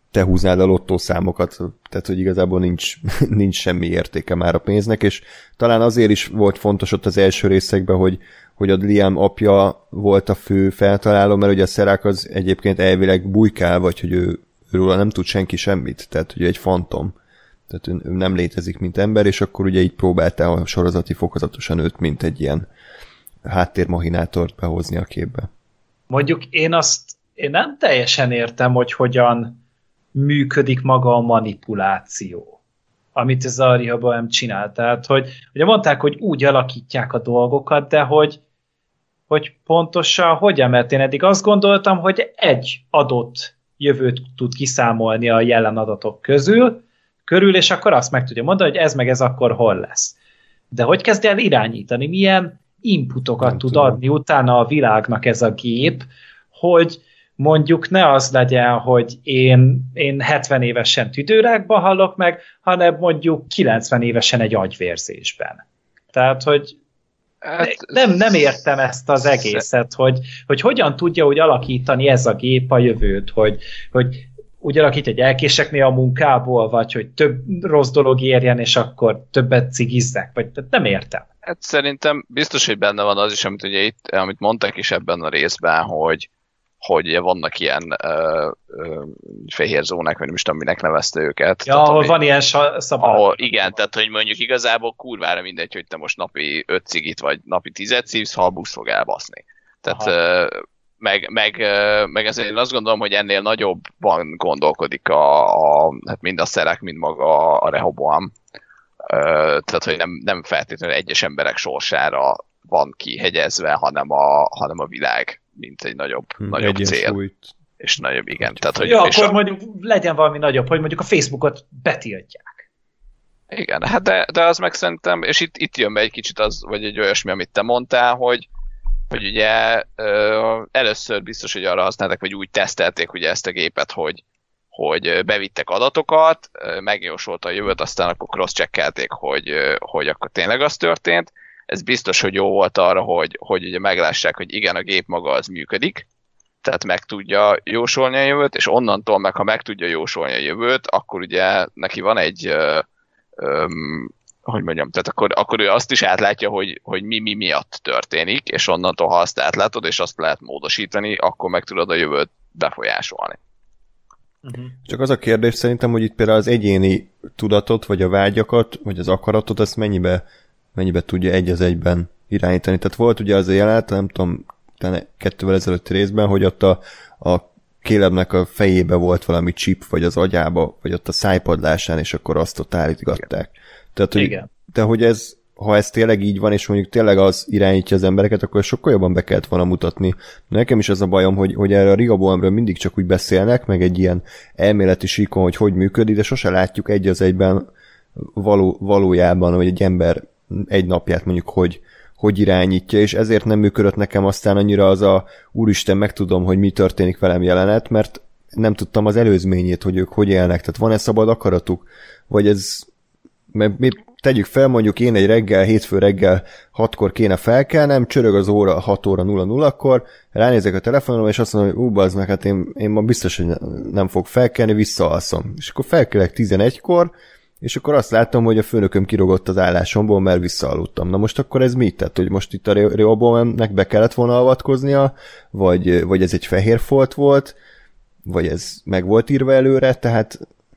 te húznád a lottószámokat, tehát hogy igazából nincs, nincs semmi értéke már a pénznek, és talán azért is volt fontos ott az első részekben, hogy, hogy a Liam apja volt a fő feltaláló, mert ugye a Serac az egyébként elvileg bujkál, vagy hogy ő, őről nem tud senki semmit, tehát ugye egy fantom, tehát ő, ő nem létezik, mint ember, és akkor ugye így próbálta a sorozati fokozatosan őt, mint egy ilyen háttérmahinátort behozni a képbe. Mondjuk én azt én nem teljesen értem, hogy hogyan működik maga a manipuláció, amit ez a Rehoboam csinál. Tehát, hogy ugye mondták, hogy úgy alakítják a dolgokat, de hogy, hogy pontosan hogyan, mert én eddig azt gondoltam, hogy egy adott jövőt tud kiszámolni a jelen adatok közül, körül, és akkor azt meg tudja mondani, hogy ez meg ez akkor hol lesz. De hogy kezd el irányítani? Milyen inputokat nem tud tudom. adni utána a világnak ez a gép, hogy mondjuk ne az legyen, hogy én, én hetven évesen tüdőrákba hallok meg, hanem mondjuk kilencven évesen egy agyvérzésben. Tehát, hogy hát, nem, nem értem ezt az egészet, hogy, hogy hogyan tudja úgy alakítani ez a gép a jövőt, hogy, hogy úgy alakítja, hogy elkéseknél a munkából, vagy hogy több rossz dolog érjen, és akkor többet cigizzek, vagy nem értem. Hát szerintem biztos, hogy benne van az is, amit ugye itt, amit mondtak is ebben a részben, hogy hogy ugye vannak ilyen ö, ö, fehér zónák, vagy nem is tudom, minek nevezte őket. Ja, tehát, ahol ami, van ilyen szabad. Ahol, igen, tehát hogy mondjuk igazából kurvára mindegy, hogy te most napi öt cigit, vagy napi tízet szívsz, ha a busz fog elbaszni. Tehát ö, meg, meg, ö, meg ezért én azt gondolom, hogy ennél nagyobban gondolkodik a, a hát mind a Serac, mind maga a Rehoboam. Ö, tehát, hogy nem, nem feltétlenül egyes emberek sorsára van kihegyezve, hanem a, hanem a világ, mint egy nagyobb, hmm, nagyobb cél. Súlyt. És nagyobb, igen. Tehát, hogy, ja, és akkor a... mondjuk legyen valami nagyobb, hogy mondjuk a Facebookot betiltják. Igen, hát de, de az meg szerintem, és itt, itt jön be egy kicsit az, vagy egy olyasmi, amit te mondtál, hogy, hogy ugye ö, először biztos, hogy arra használták, vagy úgy tesztelték ugye ezt a gépet, hogy, hogy bevittek adatokat, megjósolta a jövőt, aztán akkor cross-checkelték, hogy, hogy akkor tényleg az történt. Ez biztos, hogy jó volt arra, hogy, hogy ugye meglássák, hogy igen, a gép maga az működik, tehát meg tudja jósolni a jövőt, és onnantól meg, ha meg tudja jósolni a jövőt, akkor ugye neki van egy, ö, ö, hogy mondjam, tehát akkor, akkor ő azt is átlátja, hogy, hogy mi mi miatt történik, és onnantól, ha azt átlátod, és azt lehet módosítani, akkor meg tudod a jövőt befolyásolni. Uh-huh. Csak az a kérdés szerintem, hogy itt például az egyéni tudatot, vagy a vágyakat, vagy az akaratot, azt mennyibe mennyibe tudja egy az egyben irányítani. Tehát volt ugye az a jelenet, nem tudom, kettővel ezelőtti részben, hogy ott a, a Calebnek a fejébe volt valami chip, vagy az agyába, vagy ott a szájpadlásán, és akkor azt ott állítgatták. Tehát, hogy, igen. De hogy ez, ha ez tényleg így van, és mondjuk tényleg az irányítja az embereket, akkor sokkal jobban be kellett volna mutatni. Nekem is az a bajom, hogy, hogy erre a Rehoboamről mindig csak úgy beszélnek, meg egy ilyen elméleti síkon, hogy hogy működik, de sose látjuk egy az egyben való, valójában, hogy egy ember egy napját mondjuk hogy, hogy irányítja, és ezért nem működött nekem aztán annyira az a úristen, megtudom, hogy mi történik velem jelenet, mert nem tudtam az előzményét, hogy ők hogy élnek, tehát van-e szabad akaratuk, vagy ez, mert mi tegyük fel, mondjuk én egy reggel, hétfő reggel hatkor kéne felkelnem, csörög az óra hat óra nulla nullakor, ránézek a telefonomra, és azt mondom, hogy ú, bazd meg, hát én, én ma biztos, hogy nem fog felkelni, visszaalszom. És akkor felkelek tizenegykor, és akkor azt látom, hogy a főnököm kirogott az állásomból, mert visszaaludtam. Na most akkor ez mit? Tehát, hogy most itt a Rehoboamnek be kellett volna avatkoznia, vagy, vagy ez egy fehér folt volt, vagy ez meg volt írva előre, tehát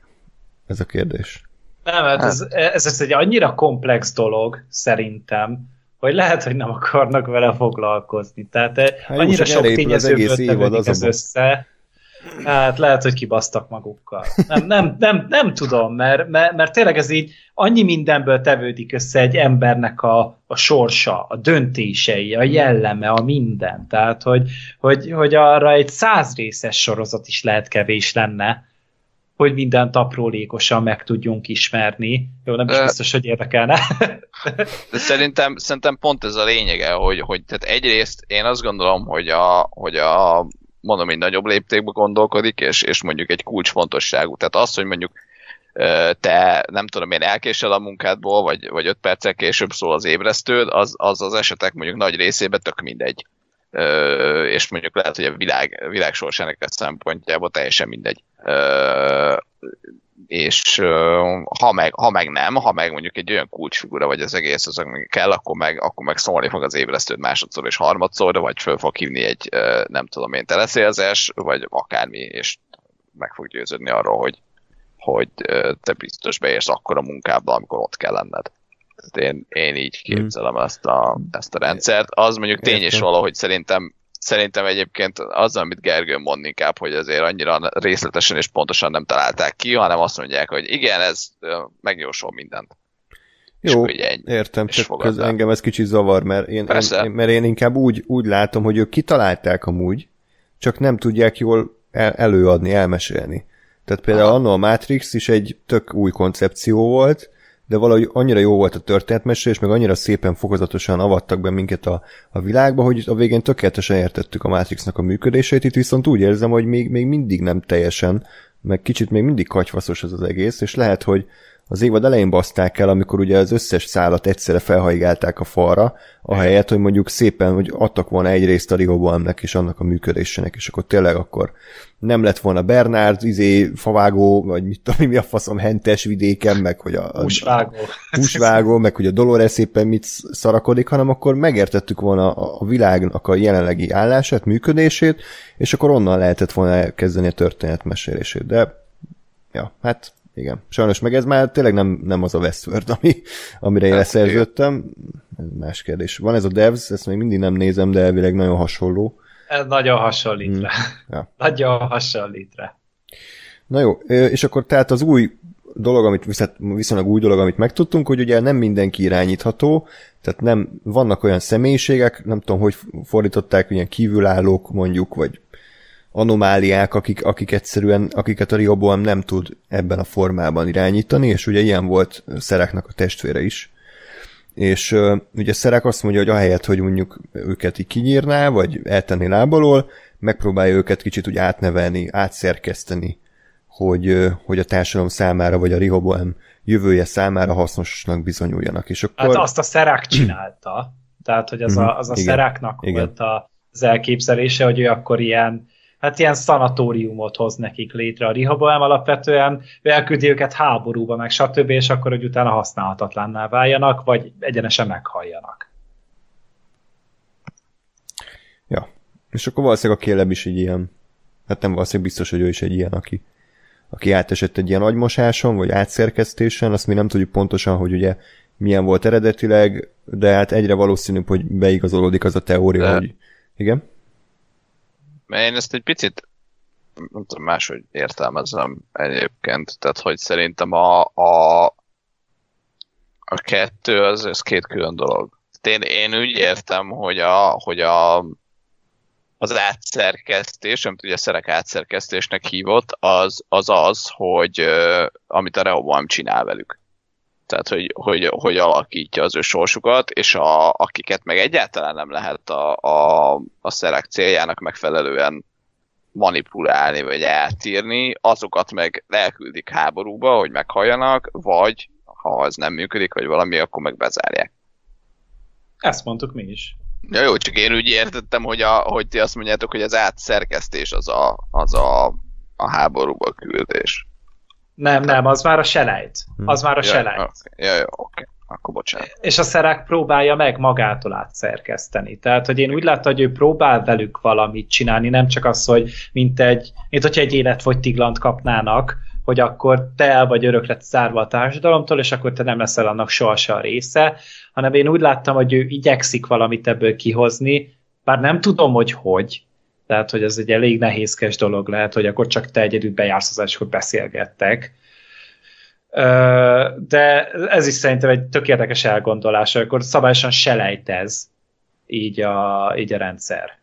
ez a kérdés. Nem, hát ez, ez, ez egy annyira komplex dolog, szerintem, hogy lehet, hogy nem akarnak vele foglalkozni. Tehát hát annyira sok tényezőből tevődik ez össze. Hát lehet, hogy kibasztak magukkal. Nem, nem, nem, nem tudom, mert, mert, mert tényleg ez így annyi mindenből tevődik össze egy embernek a, a sorsa, a döntései, a jelleme, a minden. Tehát, hogy, hogy, hogy arra egy száz részes sorozat is lehet kevés lenne, hogy mindent aprólékosan meg tudjunk ismerni. Jó, nem is biztos, hogy érdekelne. De szerintem, szerintem pont ez a lényege, hogy, hogy tehát egyrészt én azt gondolom, hogy a, hogy a mondom, egy nagyobb léptékben gondolkodik, és, és mondjuk egy kulcsfontosságú. Tehát az, hogy mondjuk te, nem tudom én, elkésel a munkádból, vagy, vagy öt perccel később szól az ébresztőd, az, az az esetek mondjuk nagy részében tök mindegy. és mondjuk lehet, hogy a világ, világ sorsának a szempontjából teljesen mindegy. És ha meg, ha meg nem, ha meg mondjuk egy olyan kulcsfigura vagy az egész, az meg kell, akkor meg, akkor meg szólni fog az ébresztőd másodszor és harmadszor, vagy föl fog hívni egy, nem tudom én, teleszélzés, vagy akármi, és meg fog győződni arról, hogy, hogy te biztos beérsz akkor a munkába, amikor ott kell lenned. Én, én így képzelem ezt a, ezt a rendszert. Az mondjuk tény és való, hogy szerintem Szerintem egyébként az, amit Gergő mond inkább, hogy azért annyira részletesen és pontosan nem találták ki, hanem azt mondják, hogy igen, ez megjósol mindent. Jó, értem, csak ez, engem ez kicsit zavar, mert én, én, mert én inkább úgy, úgy látom, hogy ők kitalálták amúgy, csak nem tudják jól el, előadni, elmesélni. Tehát például anno a Matrix is egy tök új koncepció volt, de valahogy annyira jó volt a történetmesélés, meg annyira szépen fokozatosan avattak be minket a, a világba, hogy a végén tökéletesen értettük a Matrixnak a működését, itt viszont úgy érzem, hogy még, még mindig nem teljesen, meg kicsit még mindig katyfaszos ez az egész, és lehet, hogy az évad elején baszták el, amikor ugye az összes szálat egyszerre felhajgálták a falra, ahelyett, hogy mondjuk szépen, hogy adtak volna egy részt a Rehoboamnek és annak a működésének, és akkor tényleg akkor nem lett volna Bernard, izé, favágó, vagy mit tudom, mi a faszom, hentes vidéken, meg hogy a... Húsvágó. Húsvágó, meg hogy a Dolores éppen mit szarakodik, hanem akkor megértettük volna a világnak a jelenlegi állását, működését, és akkor onnan lehetett volna elkezdeni a történetmesélését. De, ja, hát igen. Sajnos meg ez már tényleg nem, nem az a Westworld, ami, amire én leszerződtem. Ez más kérdés. Van ez a Devs, ezt még mindig nem nézem, de elvileg nagyon hasonló. Ez nagyon hasonlít hmm. rá. Ja. Nagyon hasonlít rá. Na jó, és akkor tehát az új dolog, amit viszonylag új dolog, amit megtudtunk, hogy ugye nem mindenki irányítható, tehát nem, vannak olyan személyiségek, nem tudom, hogy fordították, ilyen kívülállók mondjuk, vagy anomáliák, akik, akik egyszerűen, akiket a Rehoboam nem tud ebben a formában irányítani, és ugye ilyen volt Szereknek a testvére is. És uh, ugye Szerek azt mondja, hogy ahelyett, hogy mondjuk őket így kinyírná, vagy eltenni lábalól, megpróbálja őket kicsit úgy átnevelni, átszerkeszteni, hogy, uh, hogy a társadalom számára, vagy a Rehoboam jövője számára hasznosnak bizonyuljanak. És akkor... Hát azt a Szerek csinálta. Tehát, hogy az a, az a Szereknak volt az elképzelése, hogy ő akkor ilyen hát ilyen szanatóriumot hoz nekik létre a Rehoboam, alapvetően elküldi őket háborúba, meg stb., és akkor, hogy utána használhatatlanná váljanak, vagy egyenesen meghalljanak. Ja, és akkor valószínűleg a Caleb is egy ilyen, hát nem valószínűleg biztos, hogy ő is egy ilyen, aki, aki átesett egy ilyen agymosáson, vagy átszerkesztésen, azt mi nem tudjuk pontosan, hogy ugye milyen volt eredetileg, de hát egyre valószínűbb, hogy beigazolódik az a teória, de... hogy igen. Én ezt egy picit nem tudom, máshogy értelmezem egyébként, tehát hogy szerintem a, a, a kettő az, az két külön dolog. Én, én úgy értem, hogy, a, hogy a, az átszerkesztés, amit ugye Szerek átszerkesztésnek hívott, az az, az hogy amit a Rehoboam csinál velük. Tehát, hogy, hogy, hogy alakítja az ő sorsukat, és a, akiket meg egyáltalán nem lehet a, a, a Szerek céljának megfelelően manipulálni, vagy átírni, azokat meg elküldik háborúba, hogy meghalljanak, vagy ha ez nem működik, vagy valami, akkor meg bezárják. Ezt mondtuk mi is. Ja, jó, csak én úgy értettem, hogy, a, hogy ti azt mondjátok, hogy az átszerkesztés az a, az a, a háborúba küldés. Nem, nem, az már a selejt. Az már a ja, selejt. Okay. Ja, jó, oké. Akkor bocsánat. És a Szerek próbálja meg magától átszerkeszteni. Tehát, hogy én úgy láttam, hogy ő próbál velük valamit csinálni, nem csak az, hogy mint egy, mint hogyha egy életfogytiglant kapnának, hogy akkor te el vagy örökre zárva a társadalomtól, és akkor te nem leszel annak sohasem a része, hanem én úgy láttam, hogy ő igyekszik valamit ebből kihozni, bár nem tudom, hogy hogy, tehát, hogy ez egy elég nehézkes dolog lehet, hogy akkor csak te egyedül bejársz az, és akkor beszélgettek. De ez is szerintem egy tök érdekes elgondolás, akkor szabályosan selejtez így a, így a rendszer.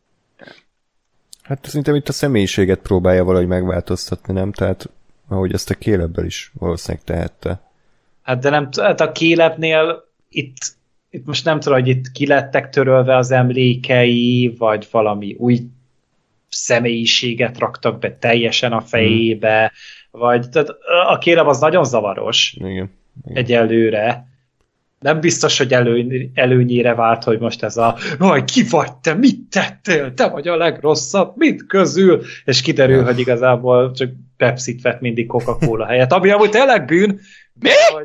Hát szerintem itt a személyiséget próbálja valahogy megváltoztatni, nem? Tehát ahogy ezt a Calebben is valószínűleg tehette. Hát de nem, hát a Calebnél itt, itt most nem tudom, hogy itt ki lettek törölve az emlékei, vagy valami új személyiséget raktak be teljesen a fejébe, hmm. vagy tehát a Caleb az nagyon zavaros. Igen. Igen. Egyelőre. nem biztos, hogy elő, előnyére várt, hogy most ez a vaj, ki vagy te, mit tettél, te vagy a legrosszabb, mind közül, és kiderül, ja. hogy igazából csak Pepsit vett mindig Coca-Cola helyett, ami amúgy tényleg bűn. Mi? Hogy...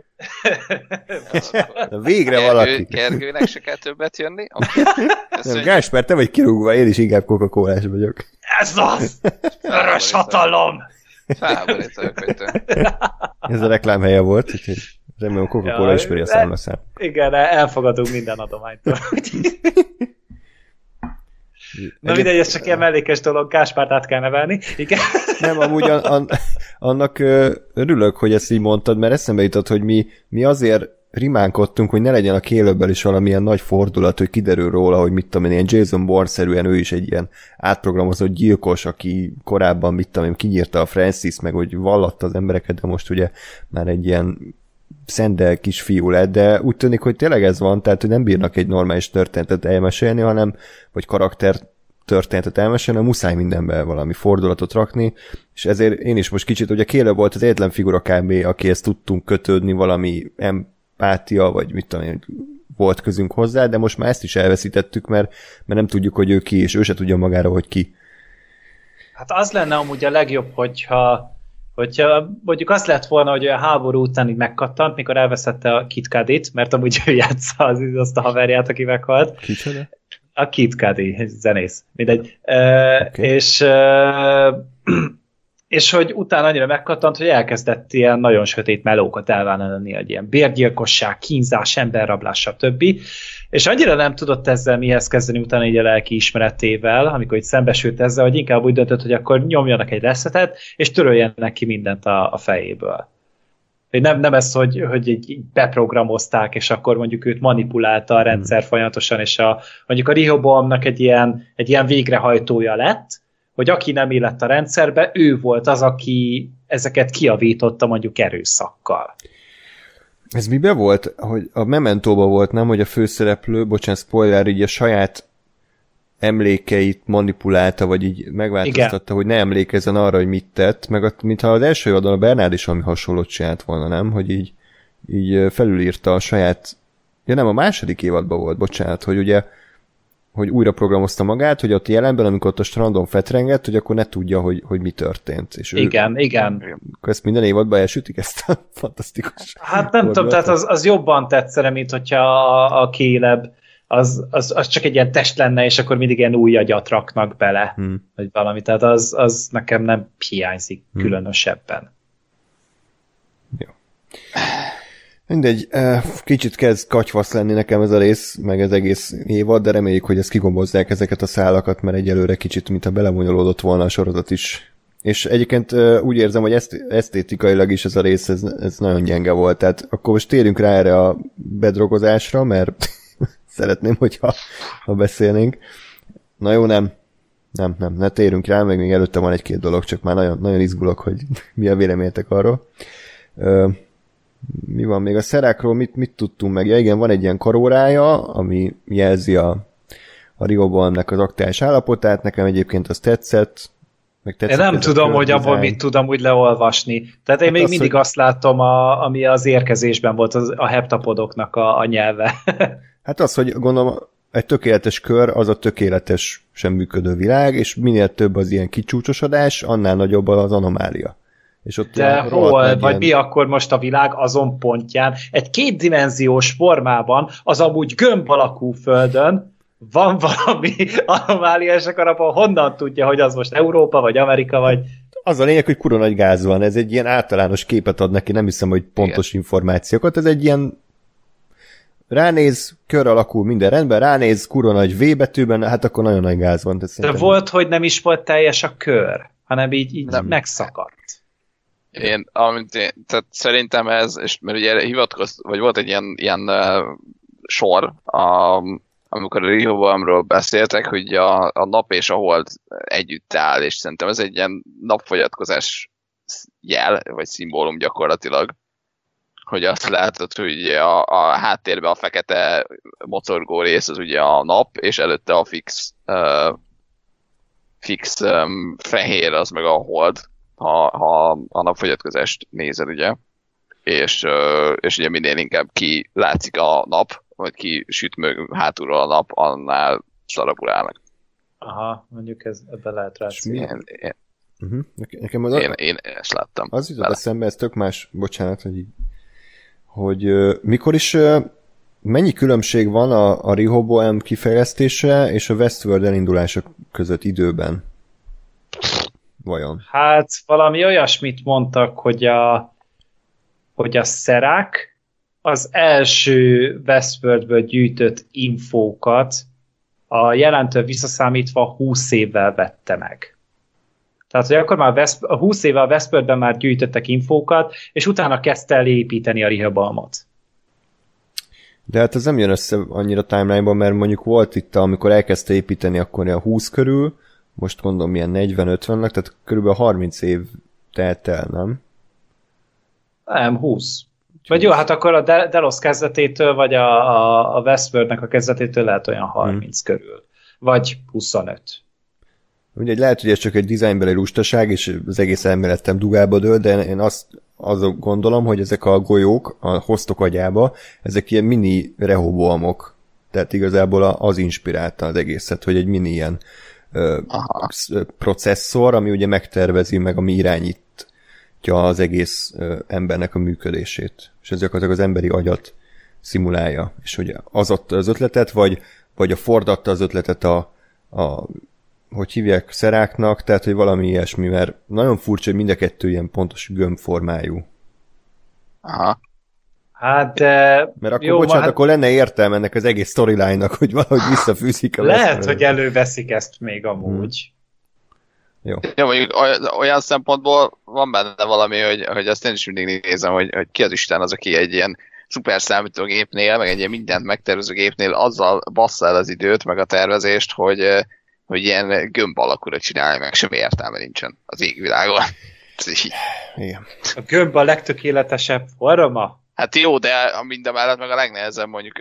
Végre Gergő, valaki. Gergőnek se kell többet jönni? Okay. Nem, Gáspár, te vagy kirúgva, én is inkább Coca-Colás vagyok. Ez az! Vörös hatalom! Felháborít vagyok, hogy te. Ez a reklámhelye volt, úgyhogy remélem Coca-Cola ja, ismeri a számlaszát. Igen, elfogadunk minden adománytól. Na mindegy, ez csak ilyen mellékes dolog, Gáspárt át kell nevelni. Igen. Nem, amúgy an, an, annak örülök, hogy ezt így mondtad, mert eszembe jutott, hogy mi, mi azért rimánkodtunk, hogy ne legyen a Calebben is valamilyen nagy fordulat, hogy kiderül róla, hogy mit tudom én, ilyen Jason Bourne-szerűen ő is egy ilyen átprogramozott gyilkos, aki korábban, mit tudom én, kinyírta a Francis, meg hogy vallatta az embereket, de most ugye már egy ilyen szendel kisfiú lett, de úgy tűnik, hogy tényleg ez van, tehát hogy nem bírnak egy normális történetet elmesélni, hanem, vagy karakter történetet elmesélni, hanem muszáj mindenben valami fordulatot rakni, és ezért én is most kicsit, ugye Caleb volt az egyetlen figura kb., akihez tudtunk kötődni, valami empátia, vagy mit tudom én, volt közünk hozzá, de most már ezt is elveszítettük, mert, mert nem tudjuk, hogy ő ki, és ő se tudja magára, hogy ki. Hát az lenne amúgy a legjobb, hogyha hogyha mondjuk azt lett volna, hogy a háború után így megkattant, mikor elveszette a Kid Cudit, mert amúgy ő játsza az, azt a haverját, aki meghalt. Kicsoda? A Kid Cudi, zenész. Mindegy. Uh, okay. És uh, és hogy utána annyira megkattant, hogy elkezdett ilyen nagyon sötét melókat elvállalni, egy ilyen bérgyilkosság, kínzás, emberrablás, stb. És annyira nem tudott ezzel mihez kezdeni utána így a lelki ismeretével, amikor így szembesült ezzel, hogy inkább úgy döntött, hogy akkor nyomjanak egy reszetet, és töröljenek ki mindent a, a fejéből. Nem, nem ez, hogy, hogy így beprogramozták, és akkor mondjuk őt manipulálta a rendszer hmm. folyamatosan, és a, mondjuk a Rehoboamnak egy ilyen, egy ilyen végrehajtója lett, hogy aki nem illett a rendszerbe, ő volt az, aki ezeket kiavította mondjuk erőszakkal. Ez mibe volt? Hogy a Mementóban volt, nem? Hogy a főszereplő, bocsánat, spoiler, így a saját emlékeit manipulálta, vagy így megváltoztatta, igen. hogy ne emlékezzen arra, hogy mit tett, meg a, mintha az első évadon a Bernard is valami hasonlót csinált volna, nem? Hogy így, így felülírta a saját... Ja nem, a második évadban volt, bocsánat, hogy ugye hogy újra programozta magát, hogy ott jelenben, amikor ott a strandon fetrengett, hogy akkor ne tudja, hogy, hogy mi történt. És igen, ő, igen. Akkor ezt minden évadban elsütik, ezt a fantasztikus... Hát nem tudom, tehát az, az jobban tetszene, mint hogyha a, a Caleb az, az, az csak egy ilyen test lenne, és akkor mindig ilyen új agyat raknak bele, hmm. vagy valami. Tehát az, az nekem nem hiányzik hmm. különösebben. Jó. Mindegy, kicsit kezd katyvasz lenni nekem ez a rész, meg ez egész évad, de reméljük, hogy ezt kigombozzák ezeket a szálakat, mert egyelőre kicsit, mintha belemonyolódott volna a sorozat is. És egyébként úgy érzem, hogy esztétikailag is ez a rész, ez, ez nagyon gyenge volt. Tehát akkor most térjünk rá erre a bedrogozásra, mert szeretném, hogyha ha beszélnénk. Na jó, nem. Nem, nem, ne térjünk rá, meg még előtte van egy-két dolog, csak már nagyon, nagyon izgulok, hogy mi a véleményetek arról. Mi van még a szerákról, mit, mit tudtunk meg? Ja igen, van egy ilyen karórája, ami jelzi a, a Rehoboamnek az aktuális állapotát, nekem egyébként az tetszett. Meg tetszett én nem tudom, hogy abból mit tudom úgy leolvasni. Tehát én hát még az, mindig hogy... azt látom, a, ami az érkezésben volt, az, a heptapodoknak a, a nyelve. Hát az, hogy gondolom, egy tökéletes kör, az a tökéletes sem működő világ, és minél több az ilyen kicsúcsosodás, annál nagyobb az anomália. És ott de hol, vagy ilyen... mi akkor most a világ azon pontján, egy kétdimenziós formában, az amúgy gömb alakú földön van valami anomália, és akkor abban honnan tudja, hogy az most Európa, vagy Amerika, vagy... Az a lényeg, hogy kurva nagy gáz van, ez egy ilyen általános képet ad neki, nem hiszem, hogy pontos igen. információkat, ez egy ilyen ránéz, kör alakul, minden rendben, ránéz, kurva nagy V betűben, hát akkor nagyon nagy gáz van. De szerintem... volt, hogy nem is volt teljes a kör, hanem így, így nem. megszakadt. Én, amit én, tehát szerintem ez, és mert ugye hivatkozt, vagy volt egy ilyen, ilyen uh, sor, a, amikor a Rehoboamról beszéltek, hogy a, a nap és a hold együtt áll, és szerintem ez egy ilyen napfogyatkozás jel, vagy szimbólum gyakorlatilag, hogy azt látod, hogy a, a háttérben a fekete mocorgó rész az ugye a nap, és előtte a fix, uh, fix um, fehér az meg a hold, ha, ha a napfogyatkozást nézed, ugye. és, és ugye minél inkább ki látszik a nap, vagy ki süt mög hátulról a nap, annál szarabul állnak. Aha, mondjuk ez, ebben lehet rá. Én, én, uh-huh. Nekem az én, én ezt láttam. Az jutott eszembe, ez tök más, bocsánat, hogy, így, hogy uh, mikor is uh, mennyi különbség van a, a Rehoboam kifejlesztése és a Westworld elindulása között időben? Vajon? Hát valami olyasmit mondtak, hogy a, hogy a szerák az első Westworldből gyűjtött infókat a jelentől visszaszámítva húsz évvel vette meg. Tehát, hogy akkor már West, a húsz évvel a Westworldben már gyűjtöttek infókat, és utána kezdte el építeni a Rehoboamot. De hát ez nem jön össze annyira timeline-ban, mert mondjuk volt itt, amikor elkezdte építeni, akkor a húsz körül, most gondolom milyen negyven-ötvennek, tehát körülbelül harminc év telt el, nem? Nem, húsz. Vagy jó, hát akkor a Delos kezdetétől, vagy a, a, a Westworldnek a kezdetétől lehet olyan harminc hmm. körül. Vagy huszonöt. Ugye lehet, hogy ez csak egy dizájnbeli lustaság, és az egész elméletem dugába dől, de én azt, azt gondolom, hogy ezek a golyók a hostok agyába, ezek ilyen mini Rehoboamok. Tehát igazából az inspirálta az egészet, hogy egy mini ilyen ö, processzor, ami ugye megtervezi, meg ami irányítja az egész ö, embernek a működését. És ez gyakorlatilag az emberi agyat szimulálja. És hogy az adta az ötletet, vagy, vagy a Ford adta az ötletet a, a hogy hívják, szeráknak, tehát, hogy valami ilyesmi, mert nagyon furcsa, hogy mind a kettő ilyen pontos gömbformájú. Aha. Hát, de... Mert akkor, jó, bocsánat, hát... akkor lenne értelme ennek az egész storyline-nak, hogy valahogy visszafűzik a lehet, veszélyre. Hogy előveszik ezt még amúgy. Hmm. Jó. Jó, mondjuk olyan szempontból van benne valami, hogy, hogy azt én is mindig nézem, hogy, hogy ki az Isten az, aki egy ilyen szuper számítógépnél, meg egy ilyen mindent megtervező gépnél azzal bassza el az időt, meg a tervezést, hogy hogy ilyen gömb alakúra csinálni, meg semmi értelme nincsen az égvilágon. Igen. A gömb a legtökéletesebb forma? Hát jó, de a minden mellett meg a legnehezebb mondjuk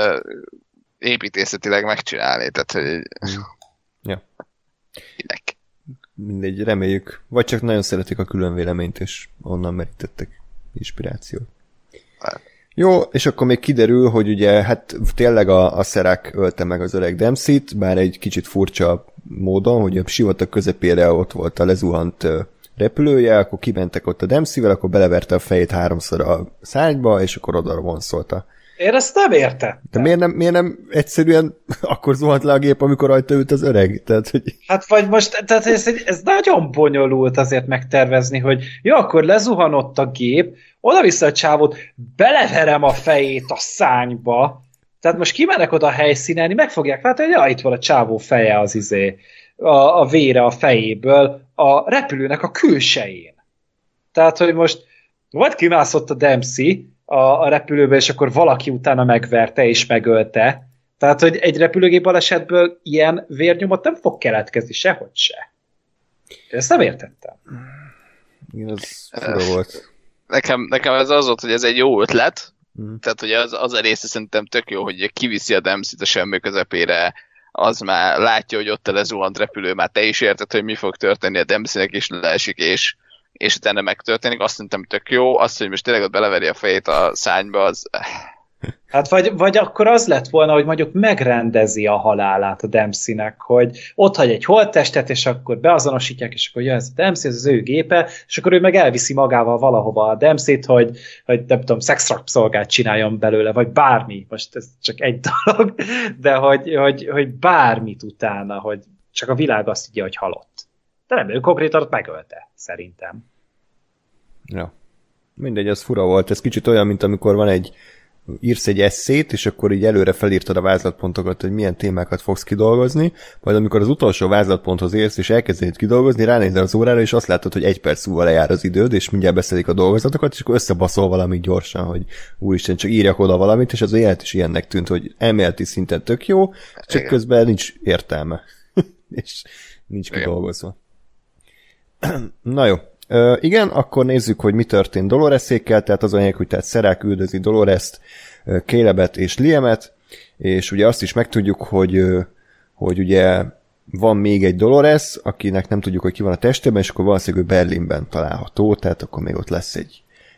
építészetileg megcsinálni, tehát hogy... Ja. Minek. Mindegy, reméljük. Vagy csak nagyon szeretik a külön véleményt, és onnan merítettek inspirációt. Hát. Jó, és akkor még kiderül, hogy ugye hát tényleg a, a szerák ölte meg az öreg Dempsey-t, bár egy kicsit furcsa módon, hogy a sivatag közepére ott volt a lezuhant repülője, akkor kimentek ott a Dempsey-vel, akkor beleverte a fejét háromszor a szárnyba, és akkor oda vonszolta. Én ezt nem értem. De miért nem, miért nem egyszerűen akkor zuhant le a gép, amikor rajta ült az öreg? Tehát, hogy... Hát vagy most, tehát ez, ez nagyon bonyolult azért megtervezni, hogy jó, akkor lezuhanott a gép, oda-vissza a csávót, beleverem a fejét a szányba, tehát most kimennek oda a helyszínen, meg fogják látni, hogy ja, itt van a csávó feje az izé, a, a vére a fejéből, a repülőnek a külsején. Tehát, hogy most vagy kimászott a Dempsey a, a repülőbe, és akkor valaki utána megverte és megölte. Tehát, hogy egy repülőgép balesetből ilyen vérnyomot nem fog keletkezni, sehogy se. Ezt nem értettem. Igen, ez fura volt. Nekem, nekem ez az volt, hogy ez egy jó ötlet, mm. tehát hogy az, az a része szerintem tök jó, hogy kiviszi a Dempsey-t a semmi közepére, az már látja, hogy ott a lezuhant repülő, már te is érted, hogy mi fog történni, a Dempseynek is leesik, és, és utána megtörténik, azt szerintem tök jó, azt, hogy most tényleg ott beleveri a fejét a szányba, az... Hát vagy, vagy akkor az lett volna, hogy mondjuk megrendezi a halálát a Dempseynek, hogy ott hagy egy holttestet, és akkor beazonosítják, és akkor jön ez a Dempsey, ez az ő gépe, és akkor ő meg elviszi magával valahova a Dempseyt, hogy, hogy nem tudom, szexrapszolgát csináljon belőle, vagy bármi, most ez csak egy dolog, de hogy, hogy, hogy bármit utána, hogy csak a világ azt így, hogy halott. De nem, ő konkrétan ott megölte, szerintem. Ja. Mindegy, ez fura volt. Ez kicsit olyan, mint amikor van egy írsz egy esszét, és akkor így előre felírtad a vázlatpontokat, hogy milyen témákat fogsz kidolgozni, majd amikor az utolsó vázlatponthoz érsz, és elkezded kidolgozni, ránézel az órára, és azt látod, hogy egy perc múlva lejár az időd, és mindjárt beszedik a dolgozatokat, és akkor összebaszol valamit gyorsan, hogy úristen, csak írjak oda valamit, és az a jelet is ilyennek tűnt, hogy elméleti szinten tök jó, csak igen, közben nincs értelme, és nincs kidolgozva. Na jó. Uh, igen, akkor nézzük, hogy mi történt Dolores-ékkel, tehát az anyag, hogy tehát Szerák üldözi Dolores-t, uh, Calebet és Liemet, és ugye azt is megtudjuk, hogy, uh, hogy ugye van még egy Dolores, akinek nem tudjuk, hogy ki van a testében, és akkor valószínűleg ő Berlinben található, tehát akkor még ott lesz egy,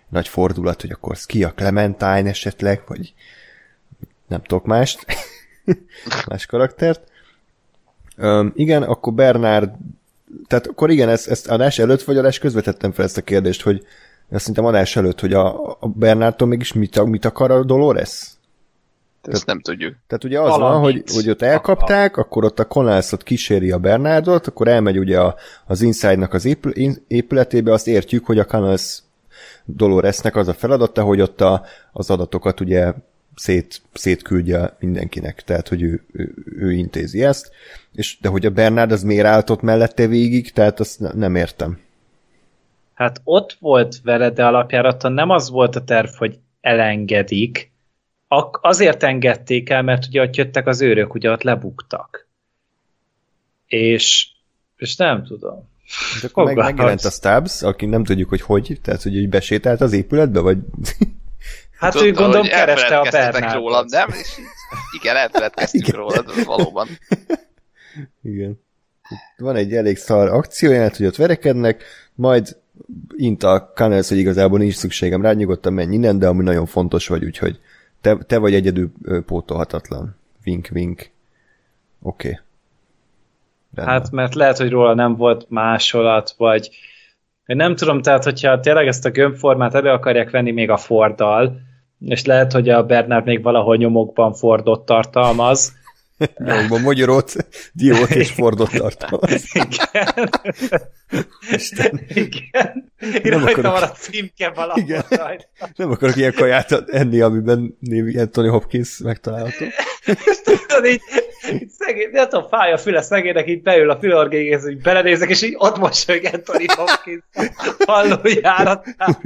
nagy fordulat, hogy akkor ki a Clementine esetleg, vagy nem tudok mást, más karaktert. Üm, igen, akkor Bernard, tehát akkor igen, ezt, ezt adás előtt, vagy adás közben tettem fel ezt a kérdést, hogy azt szerintem adás előtt, hogy a, a Bernardtól mégis mit, mit akar a Dolores? Ezt nem tudjuk. Tehát ugye az van, hogy, hogy ott elkapták, akkor ott a Connells-ot kíséri a Bernardot, akkor elmegy ugye a, az Inside-nak az épül, épületébe, azt értjük, hogy a Connells Doloresnek az a feladata, hogy ott a, az adatokat ugye szét, szétküldje mindenkinek, tehát hogy ő, ő, ő intézi ezt, és, de hogy a Bernard az miért állt ott mellette végig, tehát azt nem értem. Hát ott volt vele, de alapjáraton nem az volt a terv, hogy elengedik, Ak- azért engedték el, mert ugye ott jöttek az őrök, ugye ott lebuktak. És, és nem tudom. De akkor meg, megjelent a Stubbs, aki nem tudjuk, hogy hogy, tehát hogy úgy besétált az épületbe, vagy... Hát ő gondolom kereste a Bernardot. Rólam, nem? És igen, elfeledkeztünk rólad, valóban. Igen. Van egy elég szar akcióját, hogy ott verekednek, majd int a Connells, hogy igazából nincs szükségem rá, nyugodtan menj innen, de ami nagyon fontos vagy, úgyhogy te, te vagy egyedül pótolhatatlan. Vink, vink. Oké. Okay. Hát mert lehet, hogy róla nem volt másolat, vagy nem tudom, tehát hogyha tényleg ezt a gömbformát elő akarják venni még a Forddal, és lehet, hogy a Bernard még valahol nyomokban Fordot tartalmaz. Nyomokban magyarót, diót és Fordot tartalmaz. Igen. Isten. Igen. Én rajta van a címke valahol. Igen. Nem akarok ilyen kaját enni, amiben névi Anthony Hopkins megtalálható. És tudod, így, így szegény, nem tudom, fáj a füle szegénynek, így beül a fülorgéhez, hogy belenézek, és így ott mosolyog Anthony Hopkins hallójáratában.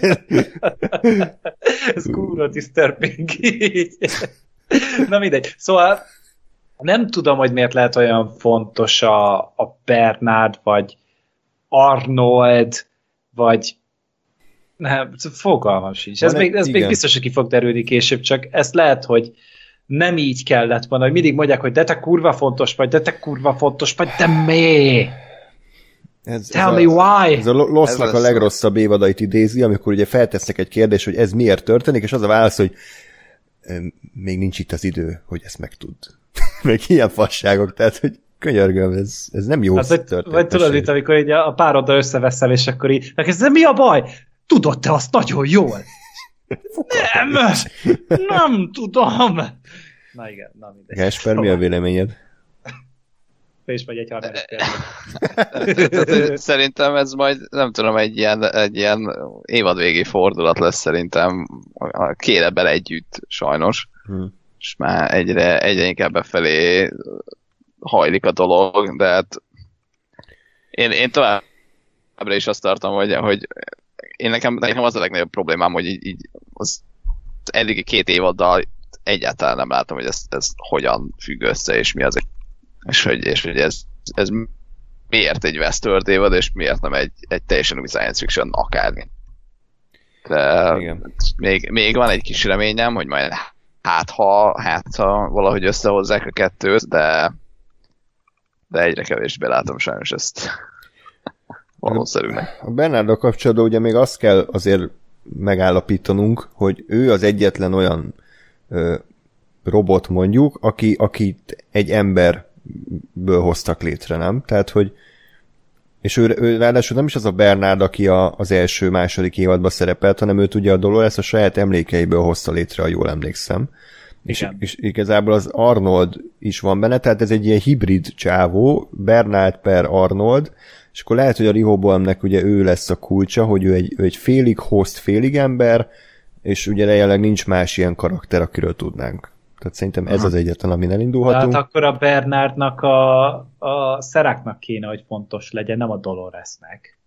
Ez kurva disturbing. Na mindegy. Szóval nem tudom, hogy miért lehet olyan fontos a, a Bernard, vagy Arnold, vagy nem, fogalmam sincs. Ez, még, ez még biztos, hogy ki fog derülni később, csak ezt lehet, hogy nem így kellett volna, hogy mindig mondják, hogy de te kurva fontos vagy, de te kurva fontos vagy, de mi? Ez, Tell ez me a, why! Ez a Lost-nak a legrosszabb évadait idézi, amikor ugye feltesznek egy kérdést, hogy ez miért történik, és az a válasz, hogy még nincs itt az idő, hogy ezt megtudd. Meg ilyen fasságok, tehát, hogy könyörgöm, ez, ez nem jó hát, történet. Vagy tudod itt, amikor így a pároddal összeveszel, és akkor így, ez mi a baj? Tudod te azt nagyon jól? Nem! Nem tudom! Na igen, na mindegy. Gásper, mi a véleményed? És vagy egy harmadik Szerintem ez majd, nem tudom, egy ilyen, egy ilyen évadvégi fordulat lesz szerintem. Kéne bele együtt, sajnos. Hmm. És már egyre, egyre inkább befelé hajlik a dolog, de hát én, én továbbra is azt tartom, hogy, hogy én nekem, nekem az a legnagyobb problémám, hogy így, így az eddigi két évaddal egyáltalán nem látom, hogy ez, ez hogyan függ össze, és mi az, és hogy, és hogy ez, ez miért egy Westworld évad, és miért nem egy, egy teljesen új science fiction akármi. De még, még van egy kis reményem, hogy majd hát ha, hát ha valahogy összehozzák a kettőt, de, de egyre kevésbé látom sajnos ezt valószínűleg. A Bernarddal kapcsolatban ugye még azt kell azért megállapítanunk, hogy ő az egyetlen olyan ö, robot mondjuk, aki, akit egy emberből hoztak létre, nem? Tehát, hogy és ő, ő ráadásul nem is az a Bernard, aki a, az első, második évadban szerepelt, hanem őt ugye a Dolores a saját emlékeiből hozta létre, ha jól emlékszem. És, és igazából az Arnold is van benne, tehát ez egy ilyen hibrid csávó, Bernard per Arnold, és akkor lehet, hogy a Rehoboamnek ugye ő lesz a kulcsa, hogy ő egy, ő egy félig host, félig ember, és ugye jelenleg nincs más ilyen karakter, akiről tudnánk. Tehát szerintem ez az egyetlen, amin elindulhatunk. Tehát akkor a Bernardnak a, a Szeráknak kéne, hogy fontos legyen, nem a Doloresnek.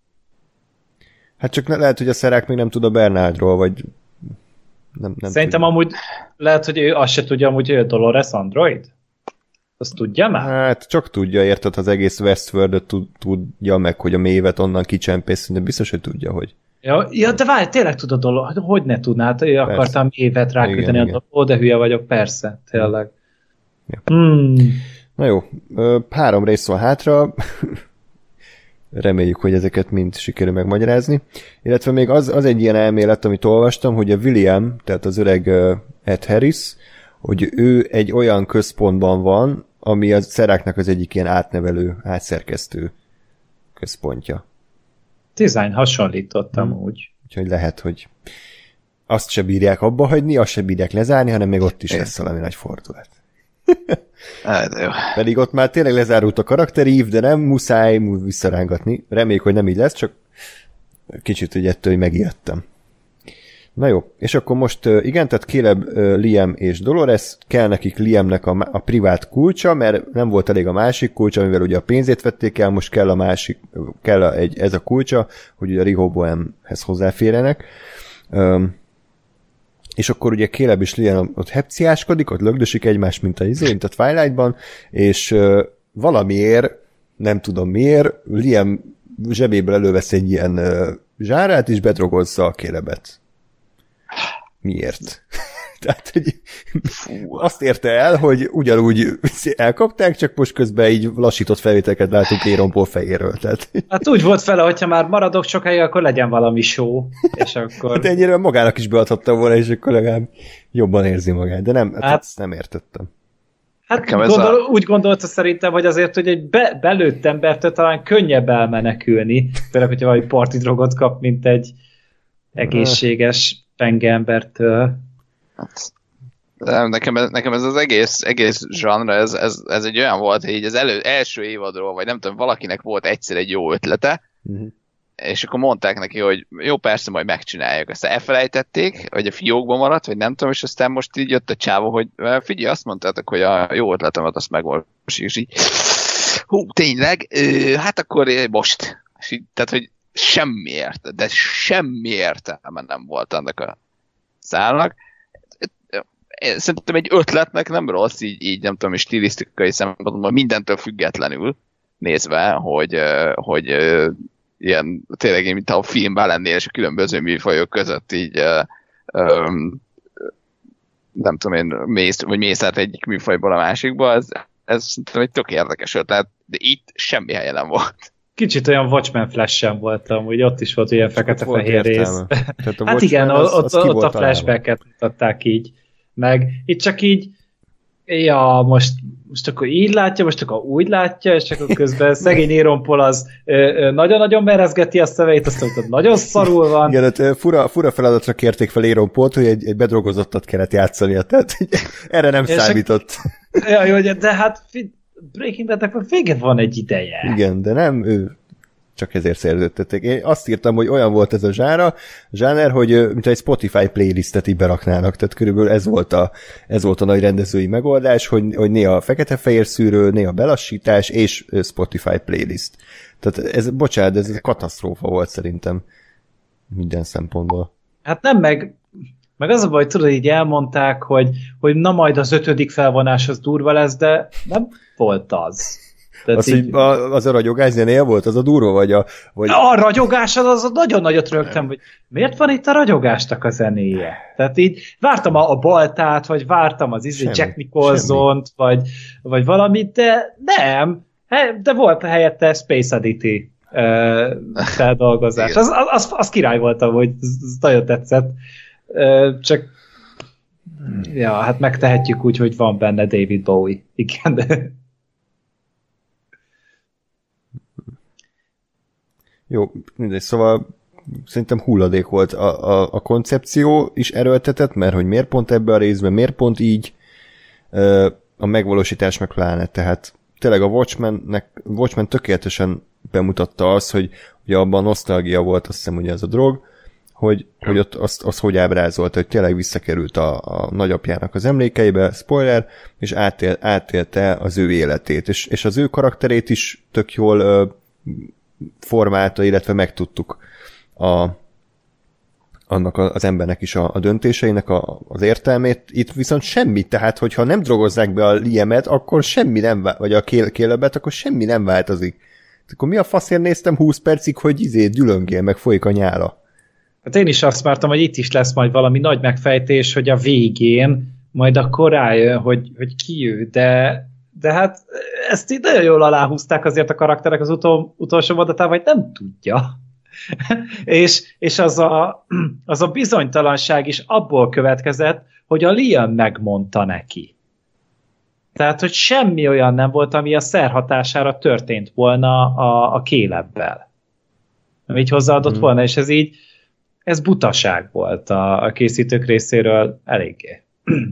Hát csak lehet, hogy a Szerák még nem tud a Bernardról, vagy nem, nem szerintem tudja. Amúgy lehet, hogy ő azt se tudja, amúgy, hogy a Dolores android? Azt tudja már? Hát csak tudja, érted, az egész Westworld-öt tudja meg, hogy a mévet onnan kicsempész, de biztos, hogy tudja, hogy. Ja, ja de várj, tényleg tud a dolog, hogy ne tudnád, ő akartam évet ráküldeni, a dolog. Ó, de hülye vagyok, persze, tényleg. Ja. Hmm. Na jó, három rész van hátra. reméljük, hogy ezeket mind sikerül megmagyarázni. Illetve még az, az egy ilyen elmélet, amit olvastam, hogy a William, tehát az öreg uh, Ed Harris, hogy ő egy olyan központban van, ami a szeráknak az egyik ilyen átnevelő, átszerkesztő központja. Design hasonlítottam hmm. úgy. Úgyhogy lehet, hogy azt se bírják abba hagyni, azt se bírják lezárni, hanem még ott is lesz valami nagy fordulat. Pedig ott már tényleg lezárult a karakterív, de nem muszáj visszarángatni. Reméljük, hogy nem így lesz, csak kicsit hogy ettől megijedtem. Na jó, és akkor most igen, tehát Caleb, Liam és Dolores, kell nekik Liamnek a, a privát kulcsa, mert nem volt elég a másik kulcsa, amivel ugye a pénzét vették el, most kell a másik, kell a, egy, ez a kulcsa, hogy ugye a Rehoboamhez hozzáférjenek. Um, és akkor ugye Caleb és Liam ott hepciáskodik, ott lögdösik egymást, mint a izé, mint a Twilightban, és uh, valamiért, nem tudom miért, Liam zsebéből elővesz egy ilyen uh, zsárát, és bedrogozza a Calebet. Miért? Tehát, hogy azt érte el, hogy ugyanúgy elkapták, csak most közben így lassított felvételeket látunk Aaron Paul fejéről. Tehát... Hát úgy volt fele, hogyha már maradok sokáig, akkor legyen valami show, és akkor... Hát ennyire magának is beadhatta volna, és akkor legalább jobban érzi magát, de nem, hát, hát ezt nem értettem. Hát gondol, a... úgy gondolta szerintem, hogy azért, hogy egy be, belőtt embertől talán könnyebb elmenekülni, például, hogyha valami parti drogot kap, mint egy egészséges penge embertől. Hát, nekem, nekem ez az egész, egész zsanra, ez, ez, ez egy olyan volt, hogy így az elő, első évadról, vagy nem tudom, valakinek volt egyszer egy jó ötlete, uh-huh. és akkor mondták neki, hogy jó, persze, majd megcsináljuk. Aztán elfelejtették, hogy a fiókban maradt, vagy nem tudom, és aztán most így jött a csávó, hogy figyelj, azt mondtátok, hogy a jó ötletemet azt megvalósítjuk, és így hú, tényleg, hát akkor most. És így, tehát, hogy semmi értelme, de semmi értelme nem volt annak a szálnak. Szerintem egy ötletnek nem rossz, így, így nem tudom, stilisztikai szempontból mindentől függetlenül nézve, hogy, hogy ilyen tényleg, mint a filmben lennél, és a különböző műfajok között így nem tudom én, mész, vagy mész át egyik műfajból a másikba, ez, ez szerintem egy tök érdekes ötlet, de itt semmi helye nem volt. Kicsit olyan Watchmen Flash-en voltam, hogy ott is volt ilyen fekete-fehér rész. Hát igen, az, ott, az ott a flashbacket mutatták így. Meg itt csak így, ja, most, most akkor így látja, most akkor úgy látja, és akkor közben szegény Aaron Paul az ö, ö, nagyon-nagyon merezgeti a szöveit, azt mondta, nagyon szarul van. Igen, ott fura, fura feladatra kérték fel Aaron Pault, hogy egy, egy bedrogozottat kellett játszania, tehát erre nem és számított. A, ja, jó, de hát Breaking Badnek végén van egy ideje. Igen, de nem ő. Csak ezért szerződtették. Én azt írtam, hogy olyan volt ez a zsára, zsáner, hogy mint egy Spotify playlistet így beraknának, tehát körülbelül ez volt a, ez volt a nagy rendezői megoldás, hogy, hogy néha fekete-fehér szűrő, néha belassítás, és Spotify playlist. Tehát ez, bocsánat, ez katasztrófa volt szerintem minden szempontból. Hát nem, meg, meg az a baj, tudod, így elmondták, hogy, hogy na majd az ötödik felvonás az durva lesz, de nem volt az. Az, így... a, az a ragyogás zenéje volt, az a durva, vagy a... Vagy... A ragyogás, az, az nagyon nagyot rögtem, hogy miért van itt a ragyogásnak a zenéje? Tehát így vártam a, a Baltát, vagy vártam az izé Jack Nicholsont, vagy, vagy valamit, de nem. De volt helyette Space Oddity uh, feldolgozás. Az, az, az király voltam, hogy az nagyon tetszett. Uh, csak ja, hát megtehetjük úgy, hogy van benne David Bowie. Igen, de... Jó, mindegy, szóval szerintem hulladék volt a, a, a koncepció is erőltetett, mert hogy miért pont ebbe a részben, miért pont így a megvalósítás meg pláne, tehát tényleg a Watchmennek, Watchmen tökéletesen bemutatta azt, hogy ugye abban nosztalgia volt, azt hiszem, ugye ez a drog, hogy, hogy ott azt, azt hogy ábrázolta, hogy tényleg visszakerült a, a nagyapjának az emlékeibe, spoiler, és átél, átélte az ő életét, és, és az ő karakterét is tök jól formálta, illetve megtudtuk a, annak az embernek is a, a döntéseinek a, az értelmét. Itt viszont semmi, tehát hogyha nem drogozzák be a Liemet, akkor semmi nem, vagy a Calebet, akkor semmi nem változik. Akkor mi a faszért néztem húsz percig, hogy izé dülöngél, meg folyik a nyála. Hát én is azt vártam, hogy itt is lesz majd valami nagy megfejtés, hogy a végén majd akkor rájön, hogy, hogy ki ő, de de hát ezt így nagyon jól aláhúzták azért a karakterek az utol, utolsó mondatában, hogy nem tudja. és és az, a, az a bizonytalanság is abból következett, hogy a Liam megmondta neki. Tehát, hogy semmi olyan nem volt, ami a szerhatására történt volna a, a Calebbel. Ami így hozzáadott hmm. volna, és ez így, ez butaság volt a, a készítők részéről eléggé.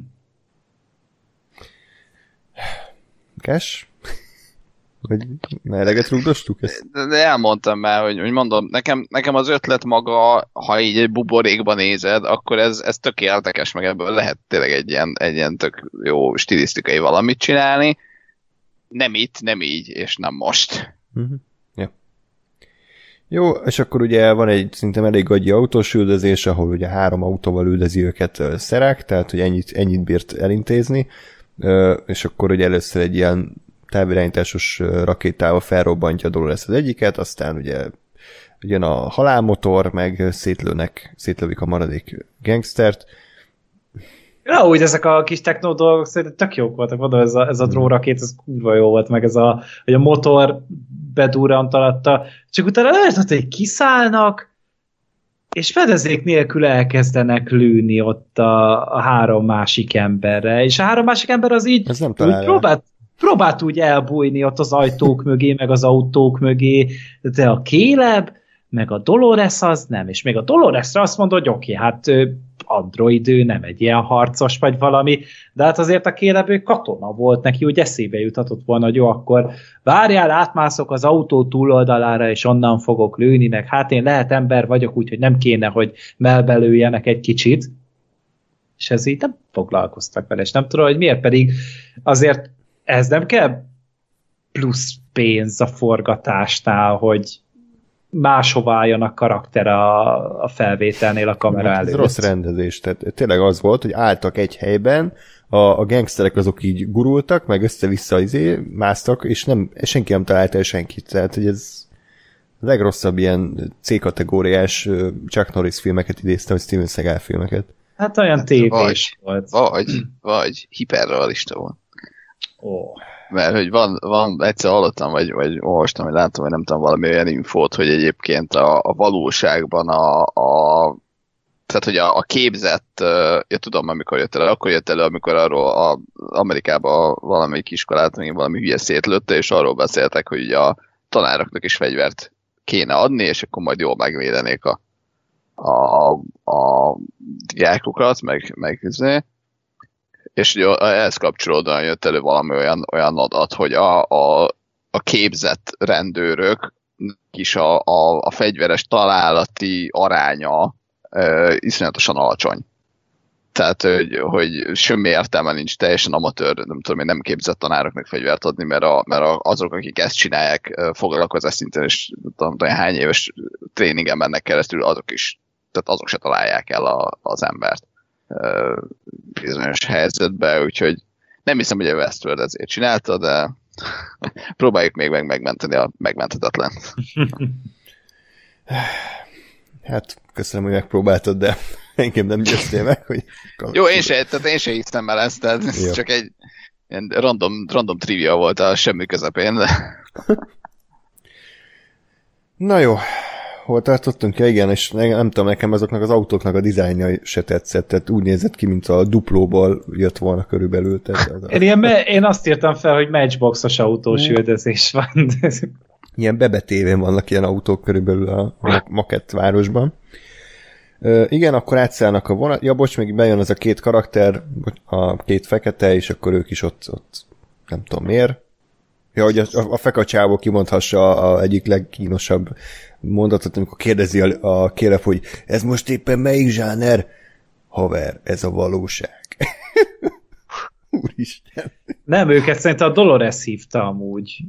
Cash? Vagy eleget rúgdostuk ezt? De elmondtam már, hogy, hogy mondom, nekem, nekem az ötlet maga, ha így egy buborékban nézed, akkor ez, ez tök érdekes, meg ebből lehet tényleg egy ilyen, egy ilyen tök jó stilisztikai valamit csinálni. Nem itt, nem így, és nem most. Uh-huh. Ja. Jó, és akkor ugye van egy szerintem elég gagyi autós üldözés, ahol ugye három autóval üldözi őket Szerák, tehát hogy ennyit, ennyit bírt elintézni, és akkor ugye először egy ilyen távirányításos rakétával felrobbantja Dolores az egyiket, aztán ugye jön a halálmotor, meg szétlőnek, szétlövik a maradék gangstert. Ja, úgy ezek a kis techno dolgok szerintem tök jók voltak, oda ez a, ez a drórakét, ez kurva jó volt, meg ez a, hogy a motor bedurrant alatta, csak utána lehet, hogy kiszállnak, és fedezék nélkül elkezdenek lőni ott a, a három másik emberre, és a három másik ember az így ez nem úgy próbált, próbált úgy elbújni ott az ajtók mögé, meg az autók mögé, de a Caleb, meg a Dolores az nem, és még a Doloresre azt mondod, hogy oké, okay, hát android, ő nem egy ilyen harcos vagy valami, de hát azért a Caleb ő katona volt neki, úgy eszébe juthatott volna, hogy jó, akkor várjál, átmászok az autó túloldalára, és onnan fogok lőni, meg hát én lehet ember vagyok, úgyhogy nem kéne, hogy melbelőjenek egy kicsit, és ez így nem foglalkoztak vele, és nem tudom, hogy miért, pedig azért ez nem kell plusz pénz a forgatásnál, hogy máshova álljon a karakter a, a felvételnél a kamera hát előtt. Ez rossz rendezés, tehát tényleg az volt, hogy álltak egy helyben, a, a gangsterek azok így gurultak, meg össze-vissza izé, másztak, és nem, senki nem talált el senkit, tehát hogy ez a legrosszabb ilyen C-kategóriás Chuck Norris filmeket idéztem, vagy Steven Seagal filmeket. Hát olyan hát tévés volt. Vagy, vagy hiperrealista volt. Oh. Mert hogy van, van egyszer hallottam, vagy, vagy olvastam, vagy láttam, vagy nem tudom, valami olyan infót, hogy egyébként a, a valóságban a, a tehát, hogy a, a képzett, ja tudom, amikor jött elő, akkor jött elő, amikor arról a, Amerikában valamelyik iskolát, még valami hülye szétlőtte, és arról beszéltek, hogy a tanároknak is fegyvert kéne adni, és akkor majd jól megvédenék a, a, a diákokat, meg, meg és ugye ehhez kapcsolódóan jött elő valami olyan, olyan adat, hogy a, a, a képzett rendőrök is a, a, a fegyveres találati aránya e, iszonyatosan alacsony. Tehát, hogy, hogy semmi értelme nincs, teljesen amatőr, nem tudom én, nem képzett tanároknak fegyvert adni, mert, a, mert a, azok, akik ezt csinálják foglalkozás szinten, és tudom, tudom, hány éves tréningen mennek keresztül, azok is, tehát azok se találják el a, az embert bizonyos helyzetben, úgyhogy nem hiszem, hogy a Westworld ezért csinálta, de próbáljuk még meg megmenteni a megmenthetetlen. Hát, köszönöm, hogy megpróbáltad, de engem nem győztél meg, hogy... Jó, én se, tehát én se hiszem el ezt, tehát ez csak egy ilyen random, random trivia volt a semmi közepén, de... Na jó, hol tartottunk? Ja, igen, és nem, nem tudom, nekem azoknak az autóknak a dizájnja se tetszett, tehát úgy nézett ki, mint a duplóból jött volna körülbelül. Tehát az én, ilyen, én azt írtam fel, hogy matchboxos autós üldözés van. Ilyen bebetévén vannak ilyen autók körülbelül a, a makett városban. Ö, igen, akkor átszállnak a vonat, ja bocs, még bejön az a két karakter, a két fekete, és akkor ők is ott, ott nem tudom miért. Ja, hogy a, a, a fekacsávó kimondhassa a, a egyik legkínosabb mondatot, amikor kérdezi a, a kérep, hogy ez most éppen melyik zsáner? Haver, ez a valóság. Úristen. Nem, őket szerintem a Dolores hívta amúgy.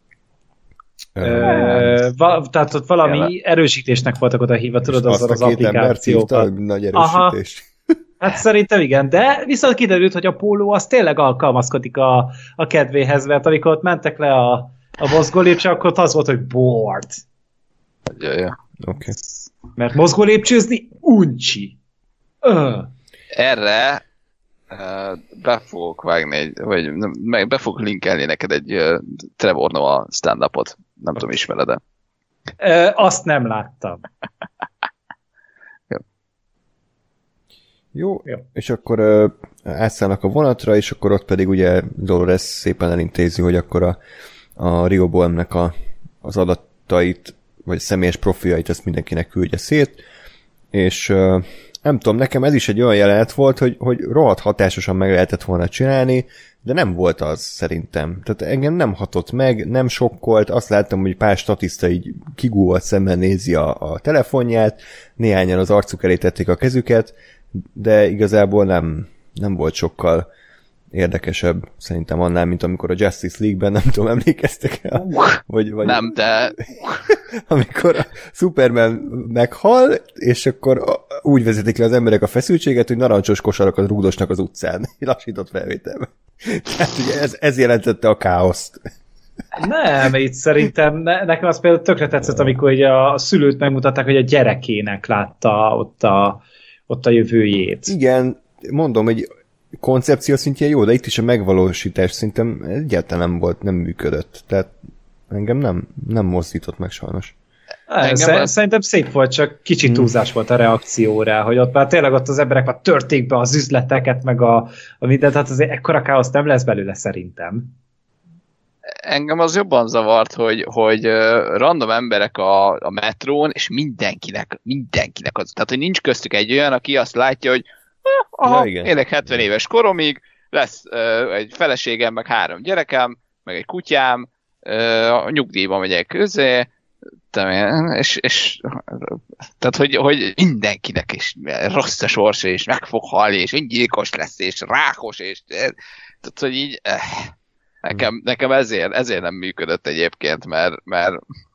Ö, va, tehát ott valami Jelen. erősítésnek voltak oda hívva, tudod, az az applikációkat. Nagy erősítés. Hát szerintem igen, de viszont kiderült, hogy a póló az tényleg alkalmazkodik a, a kedvéhez, mert amikor ott mentek le a, a mozgólépcső, akkor az volt, hogy board. Ja, ja. Okay. Mert mozgólépcsőzni uncsi. Öh. Erre be fogok vágni, egy, vagy meg be fogok linkelni neked egy uh, Trevor Noah stand-upot. Nem tudom, ismered-e? Ö, azt nem láttam. Jó. Jó, Jó. És akkor uh, átszállnak a vonatra, és akkor ott pedig ugye Dolores szépen elintézi, hogy akkor a, a Rio Bohemnek a, az adatait, vagy a személyes profiljait ezt mindenkinek küldje szét, és uh, nem tudom, nekem ez is egy olyan jelenet volt, hogy, hogy rohadt hatásosan meg lehetett volna csinálni, de nem volt az szerintem. Tehát engem nem hatott meg, nem sokkolt, azt láttam, hogy pár statiszta így kigúvolt szemben nézi a, a telefonját, néhányan az arcuk elé tették a kezüket, de igazából nem, nem volt sokkal érdekesebb szerintem annál, mint amikor a Justice League-ben, nem tudom, emlékeztek el? Vagy, vagy nem, de... amikor a Superman meghal, és akkor úgy vezetik le az emberek a feszültséget, hogy narancsos kosarakat rúgdosnak az utcán. Lassított felvételben. Tehát ugye ez, ez jelentette a káoszt. Nem, itt szerintem ne, nekem az például tökre tetszett, amikor ugye a szülőt megmutatták, hogy a gyerekének látta ott a, ott a jövőjét. Igen, mondom, hogy koncepció szintjén jó, de itt is a megvalósítás szerintem egyáltalán nem volt, nem működött. Tehát engem nem, nem mozdított meg sajnos. Engem Szerintem szép volt, csak kicsit túlzás volt a reakció rá, hogy ott már tényleg ott az emberek már törték be az üzleteket, meg a, a mindent, hát azért ekkora káosz nem lesz belőle szerintem. Engem az jobban zavart, hogy, hogy random emberek a, a metrón, és mindenkinek, mindenkinek az, tehát hogy nincs köztük egy olyan, aki azt látja, hogy aha, ja, élek hetven éves koromig, lesz uh, egy feleségem, meg három gyerekem, meg egy kutyám, uh, nyugdíjba megyek közé, és, és tehát, hogy, hogy mindenkinek is rossz a sorsa, és meg fog halni, és öngyilkos lesz, és rákos, és tehát, hogy így eh, nekem, nekem ezért, ezért nem működött egyébként, mert, mert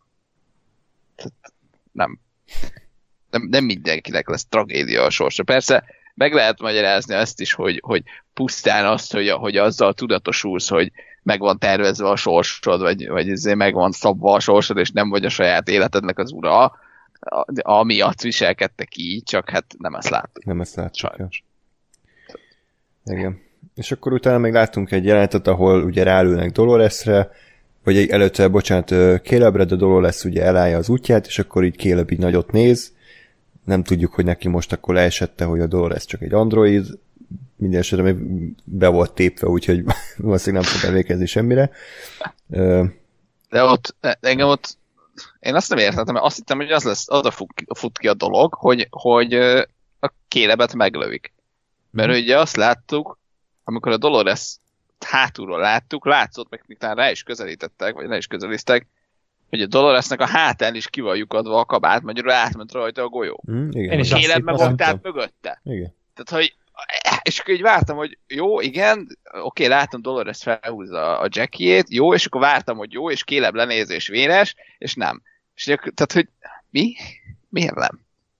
nem, nem, nem mindenkinek lesz tragédia a sorsa. Persze meg lehet magyarázni ezt is, hogy, hogy pusztán azt, hogy, hogy azzal tudatosulsz, hogy meg van tervezve a sorsod, vagy, vagy ezért meg van szabva a sorsod, és nem vagy a saját életednek az ura, amiatt viselkedtek így, csak hát nem ezt láttuk. Nem ezt láttuk. Sajnos. Igen. És akkor utána még láttunk egy jelenetet, ahol ugye ráülnek Doloresre, vagy előtte, bocsánat, Calebbre, de Dolores ugye elállja az útját, és akkor így Caleb így nagyot néz. Nem tudjuk, hogy neki most akkor leesette, hogy a Dolores csak egy android, minden esetre még be volt tépve, úgyhogy valószínűleg nem fog emlékezni semmire. De ott, engem ott, én azt nem értettem, mert azt hittem, hogy az lesz, oda fut ki a dolog, hogy, hogy a Calebet meglövik. Mert hmm. ugye azt láttuk, amikor a Dolores hátulról láttuk, látszott, meg mikor rá is közelítettek, vagy rá is közelíztek, hogy a Doloresnek a hátán is ki van lyukadva a kabát, magyarul átment rajta a golyó. Mm, igen. És Caleb meg ott át mögötte. Igen. Tehát, hogy és akkor így vártam, hogy jó, igen, oké, látom, Dolores felhúzza a Jackie-ét, jó, és akkor vártam, hogy jó, és Caleb lenéz és véres, és nem. És tehát, hogy mi? Miért nem?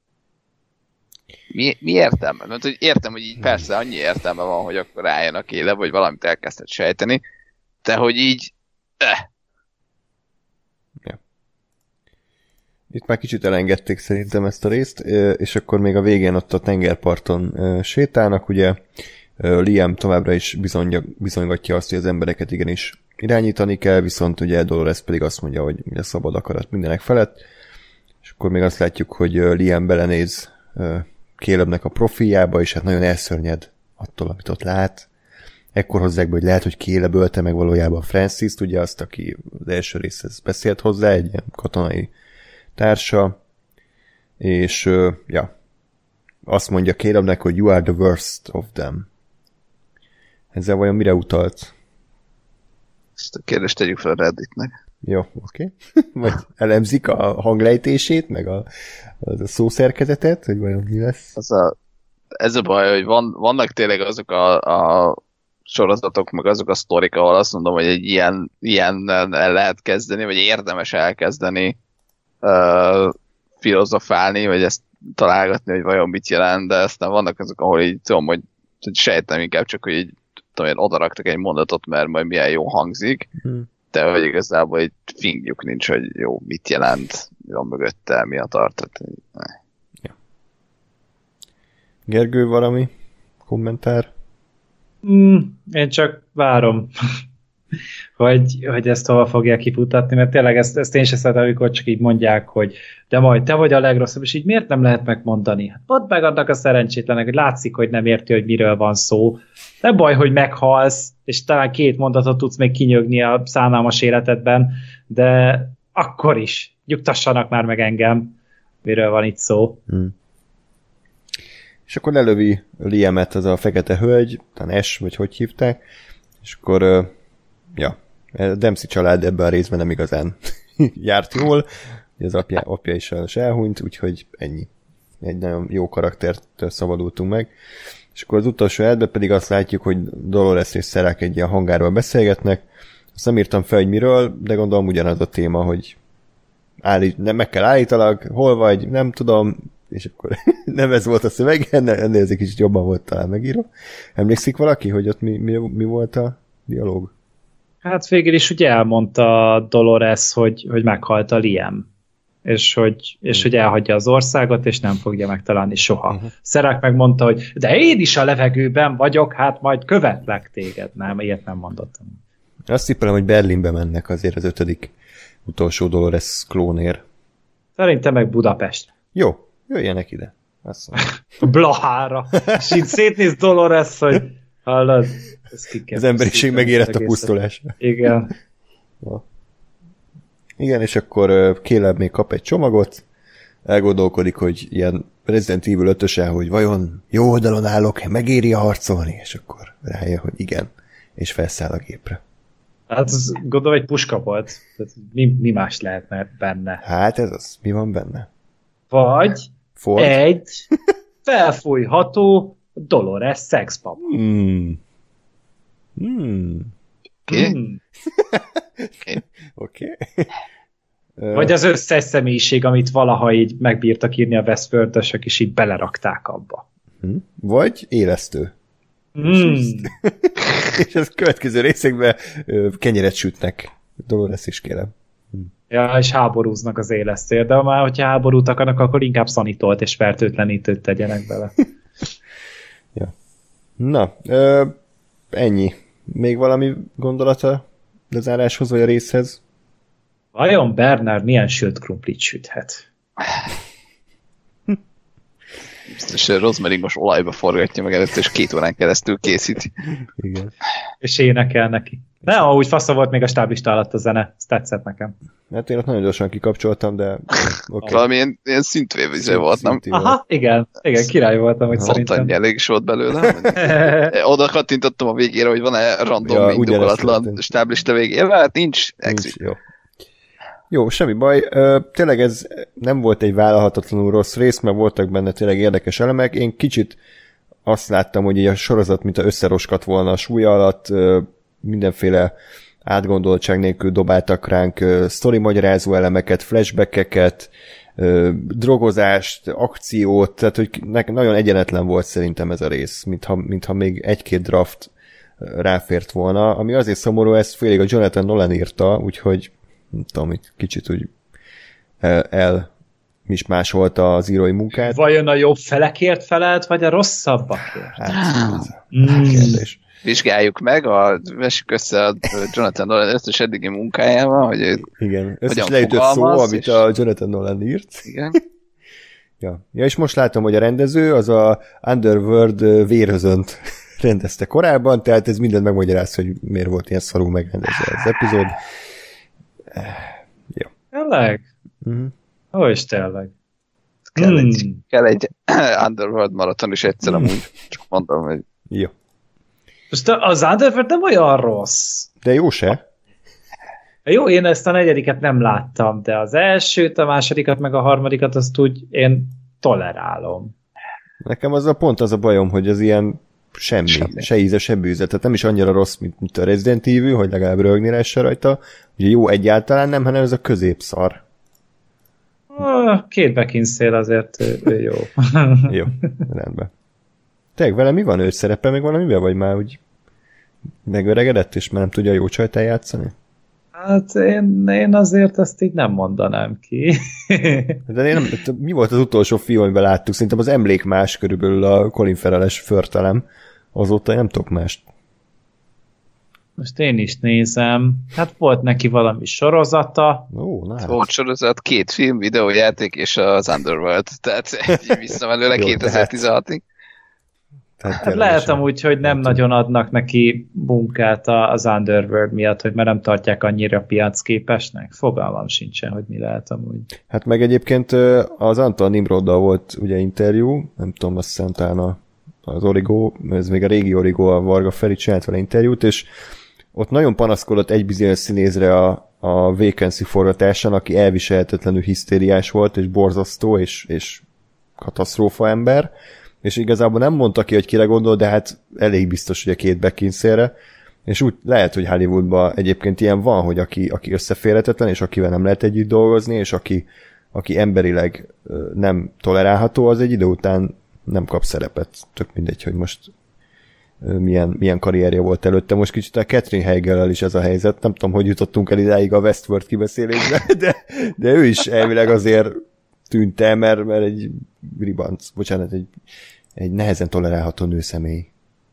Mi, mi értelme? Mert hogy értem, hogy így persze annyi értelme van, hogy akkor rájön a Caleb, vagy valamit elkezdett sejteni, de hogy így eh. Ja. Itt már kicsit elengedték szerintem ezt a részt, és akkor még a végén ott a tengerparton sétálnak, ugye Liam továbbra is bizonygatja azt, hogy az embereket igenis irányítani kell, viszont ugye Dolores pedig azt mondja, hogy ugye szabad akarat mindenek felett, és akkor még azt látjuk, hogy Liam belenéz Calebnek a profiljába, és hát nagyon elszörnyed attól, amit ott lát. Ekkor hozzák be, hogy lehet, hogy Caleb ölte meg valójában Francis-t, ugye azt, aki az első részhez beszélt hozzá, egy ilyen katonai társa, és uh, ja, azt mondja Calebnek, hogy you are the worst of them. Ezzel vajon mire utalt? Ezt a kérdést tegyük fel a Redditnek. Jó, oké. Okay. Vagy elemzik a hanglejtését, meg a, a szószerkezetet, hogy vajon mi lesz? Az a, ez a baj, hogy van, vannak tényleg azok a, a sorozatok, meg azok a sztorik, ahol azt mondom, hogy egy ilyen, ilyen el lehet kezdeni, vagy érdemes elkezdeni uh, filozofálni, vagy ezt találgatni, hogy vajon mit jelent, de aztán vannak azok, ahol így tudom, hogy, hogy sejtem inkább csak, hogy így tudom, hogy odaraktak egy mondatot, mert majd milyen jó hangzik, hmm. de hogy igazából egy fingjuk nincs, hogy jó, mit jelent, mi van mögötte, mi a tartat. Ja. Gergő, valami kommentár? Mm, én csak várom, hogy, hogy ezt hova fogják kifutatni, mert tényleg ezt, ezt én sem szeretem, amikor csak így mondják, hogy de majd te vagy a legrosszabb, és így miért nem lehet megmondani? Hát ott meg annak a szerencsétlenek, hogy látszik, hogy nem érti, hogy miről van szó. Nem baj, hogy meghalsz, és talán két mondatot tudsz még kinyögni a szánalmas életedben, de akkor is nyugtassanak már meg engem, miről van itt szó. Hmm. És akkor lelövi Liamet az a fekete hölgy, talán Ash, vagy hogy hívták, és akkor uh, ja, a Dempsey család ebben a részben nem igazán járt jól, az apja, apja is sajnos elhunyt, úgyhogy ennyi. Egy nagyon jó karaktertől szabadultunk meg. És akkor az utolsó életben pedig azt látjuk, hogy Dolores és Serac egy ilyen hangárban beszélgetnek. Azt nem írtam fel, hogy miről, de gondolom ugyanaz a téma, hogy állít, nem, meg kell állítalag, hol vagy, nem tudom, és akkor nem ez volt a szöveg, ennél ez egy kicsit jobban volt talán megírva. Emlékszik valaki, hogy ott mi, mi, mi volt a dialóg? Hát végül is ugye elmondta Dolores, hogy, hogy meghalt a Liam, és hogy, és hogy elhagyja az országot, és nem fogja megtalálni soha. Uh-huh. Serac megmondta, hogy de én is a levegőben vagyok, hát majd követlek téged. Nem, ilyet nem mondottam. Azt hiszem, hogy Berlinbe mennek azért az ötödik utolsó Dolores klónér. Szerintem meg Budapest. Jó, jöjjenek ide. Azt Blahára. És így szétnéz Dolores, hogy hallod, az emberiség megérett a pusztulásra. Igen. Ja. Igen, és akkor Caleb még kap egy csomagot, elgondolkodik, hogy ilyen Resident Evil ötösen, hogy vajon jó oldalon állok, megéri a harcolni, és akkor rájön, hogy igen, és felszáll a gépre. Hát ez gondolom egy puska volt. Mi, mi más lehetne benne? Hát ez az. Mi van benne? Vagy Ford? egy felfújható Dolores szexpap. Hmm. Hmm. Oké. Hmm. Okay. Oké. Vagy az összes személyiség, amit valaha így megbírtak írni a Westworld-ösök, és így belerakták abba. Hmm. Vagy élesztő. Mm. És az következő részekben kenyeret sütnek. Dolores is kérem. Ja, és háborúznak az élesztőért, de már, hogyha háborút akarnak, akkor inkább szanitolt és fertőtlenítőt tegyenek bele. Ja. Na, ö, ennyi. Még valami gondolata a záráshoz, vagy a részhez? Vajon Bernard milyen sült krumplit süthet? Biztos rozmaringos olajba forgatja meg előtt, és két órán keresztül készíti. Igen. És énekel neki. Nem, ahogy fasza volt még a stáblista alatt a zene. Ez tetszett nekem. Hát én ott nagyon gyorsan kikapcsoltam, de okay. Valamilyen ilyen szintvévizé volt, nem? Aha, igen. Igen, király voltam, hogy szerintem. Ott elég is volt belőle. Oda kattintottam a végére, hogy van-e random ja, indokolatlan stáblista végére. Hát nincs. nincs jó. Jó, semmi baj. Tényleg ez nem volt egy vállalhatatlanul rossz rész, mert voltak benne tényleg érdekes elemek. Én kicsit azt láttam, hogy így a sorozat, mint a összeroskat volna a súlya alatt, mindenféle átgondoltság nélkül dobáltak ránk sztori magyarázó elemeket, flashbackeket, drogozást, akciót, tehát hogy nagyon egyenetlen volt szerintem ez a rész, mintha, mintha még egy-két draft ráfért volna, ami azért szomorú, ezt félig a Jonathan Nolan írta, úgyhogy nem tudom, itt kicsit úgy el, el is másolta az írói munkát. Vajon a jobb felekért felelt, vagy a rosszabbakért? Hát, ez a mm. kérdés. Vizsgáljuk meg, a, vessük össze a Jonathan Nolan összes eddigi munkájával, hogy igen, összes leütött szó, amit és... a Jonathan Nolan írt. Igen. ja. ja, és most látom, hogy a rendező az a Underworld vérhözönt rendezte korábban, tehát ez mindent megmagyaráz, hogy miért volt ilyen szarul megrendezve az epizód. Jó. Tényleg? Uh-huh. Ó, és tényleg. Kell, hmm. egy, kell egy Underworld maraton is egyszer amúgy. Csak mondom, hogy... Jó. Most az Underworld nem olyan rossz. De jó se. Jó, én ezt a negyediket nem láttam, de az elsőt, a másodikat, meg a harmadikat azt úgy én tolerálom. Nekem az a pont az a bajom, hogy az ilyen semmi, semmi. se íze, se bűze. Tehát nem is annyira rossz, mint, mint a Resident Evil, hogy legalább röhögni lehessen rajta. Ugye jó egyáltalán nem, hanem ez a középszar. Két Beckinsale azért ő jó. Jó, rendben. Tényleg vele mi van? Ő szerepel még valamiben, vagy már úgy megöregedett, és már nem tudja jó csajt eljátszani? Hát én, én azért ezt így nem mondanám ki. De én nem, mi volt az utolsó film, amiben láttuk? Szerintem az emlék más körülbelül a Colin Farrell-es förtelem. Azóta nem tudok mást Most én is nézem. Hát volt neki valami sorozata. Ó, nice. Volt sorozat, két film, videójáték és az Underworld. Tehát egy visszamenőleg kétezer-tizenhatig. Hát lehet amúgy, hogy nem nagyon adnak neki munkát az Underworld miatt, hogy már nem tartják annyira piacképesnek. Fogalmam sincsen, hogy mi lehet amúgy. Hát meg egyébként az Antal Nimroddal volt ugye interjú, nem tudom, azt hiszem talán az Origo, ez még a régi Origo, a Varga Feri csinált vele interjút, és ott nagyon panaszkodott egy bizonyos színészre a, a Vacancy forgatásán, aki elviselhetetlenül hisztériás volt, és borzasztó, és, és katasztrófa ember, és igazából nem mondta ki, hogy kire gondol, de hát elég biztos, hogy a két Beckinsale-re, és úgy lehet, hogy Hollywoodban egyébként ilyen van, hogy aki, aki összeférhetetlen, és akivel nem lehet együtt dolgozni, és aki, aki emberileg nem tolerálható, az egy idő után nem kap szerepet. Tök mindegy, hogy most milyen, milyen karrierje volt előtte. Most kicsit a Catherine Heigl-el is ez a helyzet. Nem tudom, hogy jutottunk el idáig a Westworld kibeszélésbe, de, de ő is elvileg azért tűnt el, mert, mert egy ribanc, bocsánat, egy, egy nehezen tolerálható nőszemély.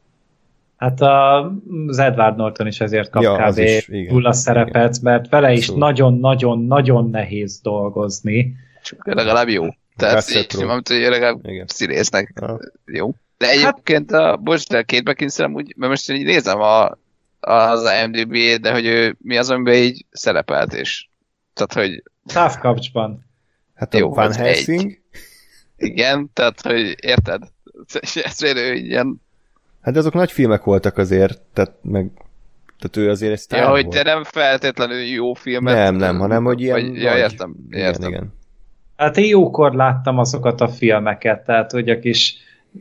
Hát a, az Edward Norton is ezért kap ja, kb. Túl a szerepet, igen. Mert vele is nagyon-nagyon-nagyon nehéz dolgozni. Csak legalább jó. Tehát így, amit legalább színésznek ah. jó. De egyébként a, most a Kate Beckinsale úgy, mert most így nézem a, az I M D B-t, de hogy ő mi az, amiben így szerepelt, és tehát, hogy távkapcsban. Hát a jó, Van Helsing. Igen, tehát, hogy érted? Ezért ő ilyen... Hát azok nagy filmek voltak azért, tehát meg tehát ő azért egy sztár ja, volt. hogy te nem feltétlenül jó filmet... Nem, nem, hanem hogy ilyen... Vagy, ja, értem, értem. Igen, igen. Hát én jókor láttam azokat a filmeket, tehát hogy a kis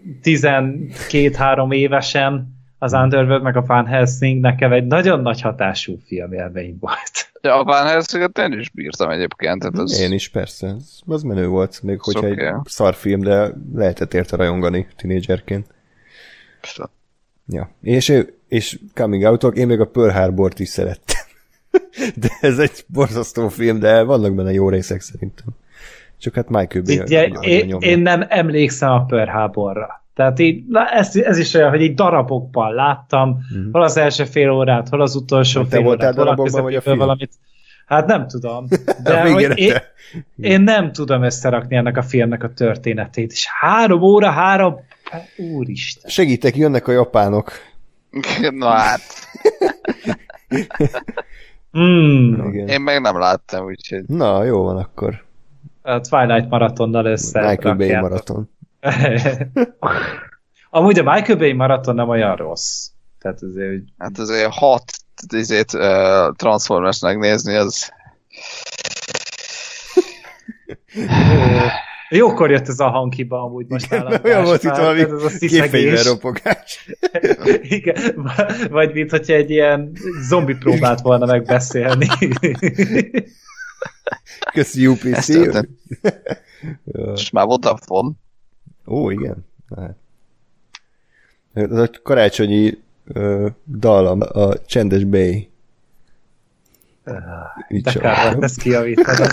tizenkét-három évesen az Underworld meg a Van Helsing nekem egy nagyon nagy hatású filmélmény volt. Ja, a Van Helsinget én is bírtam egyébként. Tehát az... Én is, persze. Az, az menő volt, még hogyha okay. egy szarfilm, de lehetett érte rajongani tínédzserként. Ja. És, és coming out-ok, én még a Pearl Harbort is szerettem. De ez egy borzasztó film, de vannak benne jó részek szerintem. Csak hát Michael Bay. Ugye, én, én nem emlékszem a Pearl Harborra. Tehát így, na ez, ez is olyan, hogy így darabokban láttam, uh-huh. hol az első fél órát, hol az utolsó fél órát, hol a közepéből valamit. Hát nem tudom. De hogy én, én nem tudom összerakni ennek a filmnek a történetét. És három óra, három... Úristen. Segítek, jönnek a japánok. Na hát. mm. Én meg nem láttam, úgyhogy... Na, jó van akkor. A Twilight maratonnal össze. Michael Bay maraton. Amúgy a Michael Bay maraton nem olyan rossz. Tehát azért, hogy... Hát azért hat izét, uh, Transformers-nek nézni, az... Jókor jött ez a hanghiba amúgy most nálam. Olyan volt itt valami képfegyver ropogás. Igen, vagy mint hogyha egy ilyen zombi próbált volna megbeszélni. Köszi U P C. És már Vodafone. Ó, igen. Hát. Ez a karácsonyi uh, dal, a Csendes Bay. De kár volt ezt kijavítani.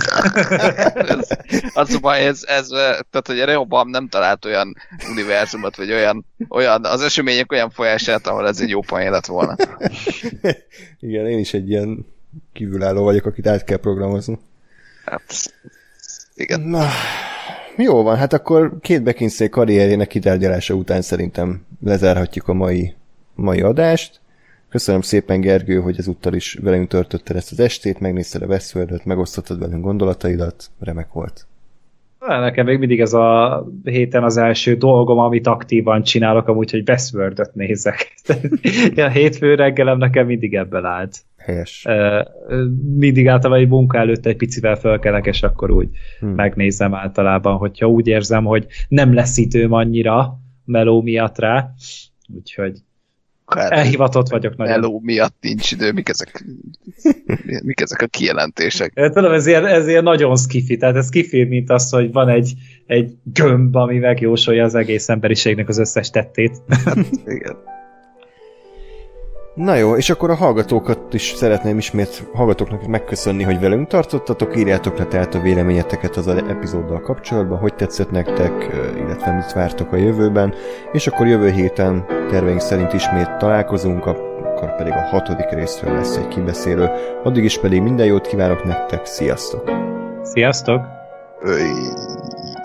Az a baj, ez, ez, tehát, hogy a Rehoboam nem talált olyan univerzumot, vagy olyan, olyan, az események olyan folyását, ahol ez egy jó poén lett volna. Igen, én is egy ilyen kívülálló vagyok, akit át kell programozni. Hát, igen. Na, jó van, hát akkor Kate Beckinsale karrierjének kitárgyalása után szerintem lezárhatjuk a mai, mai adást. Köszönöm szépen, Gergő, hogy ezúttal is velünk töltötted ezt az estét, megnézted a Westworld-öt, megosztottad velünk gondolataidat, remek volt. Nekem még mindig ez a héten az első dolgom, amit aktívan csinálok, amúgy, hogy Westworld-öt nézek. A hétfő reggelem nekem mindig ebből állt. Helyes. Mindig általában egy munka előtt egy picivel fölkelek, és akkor úgy hmm. megnézem általában, hogyha úgy érzem, hogy nem lesz időm annyira meló miatt rá, úgyhogy hát, elhivatott vagyok nagyon. Meló miatt nincs idő, mik ezek, mik ezek a kijelentések? Tudom, ez ilyen, ez ilyen nagyon skifi, tehát ez skifi, mint az, hogy van egy, egy gömb, ami megjósolja az egész emberiségnek az összes tettét. Hát, igen. Na jó, és akkor a hallgatókat is szeretném ismét hallgatóknak megköszönni, hogy velünk tartottatok, írjátok le tehát a véleményeteket az epizóddal kapcsolatban, hogy tetszett nektek, illetve mit vártok a jövőben, és akkor jövő héten terveink szerint ismét találkozunk, a akkor pedig a hatodik részről lesz egy kibeszélő. Addig is pedig minden jót kívánok nektek, sziasztok! Sziasztok! Öy.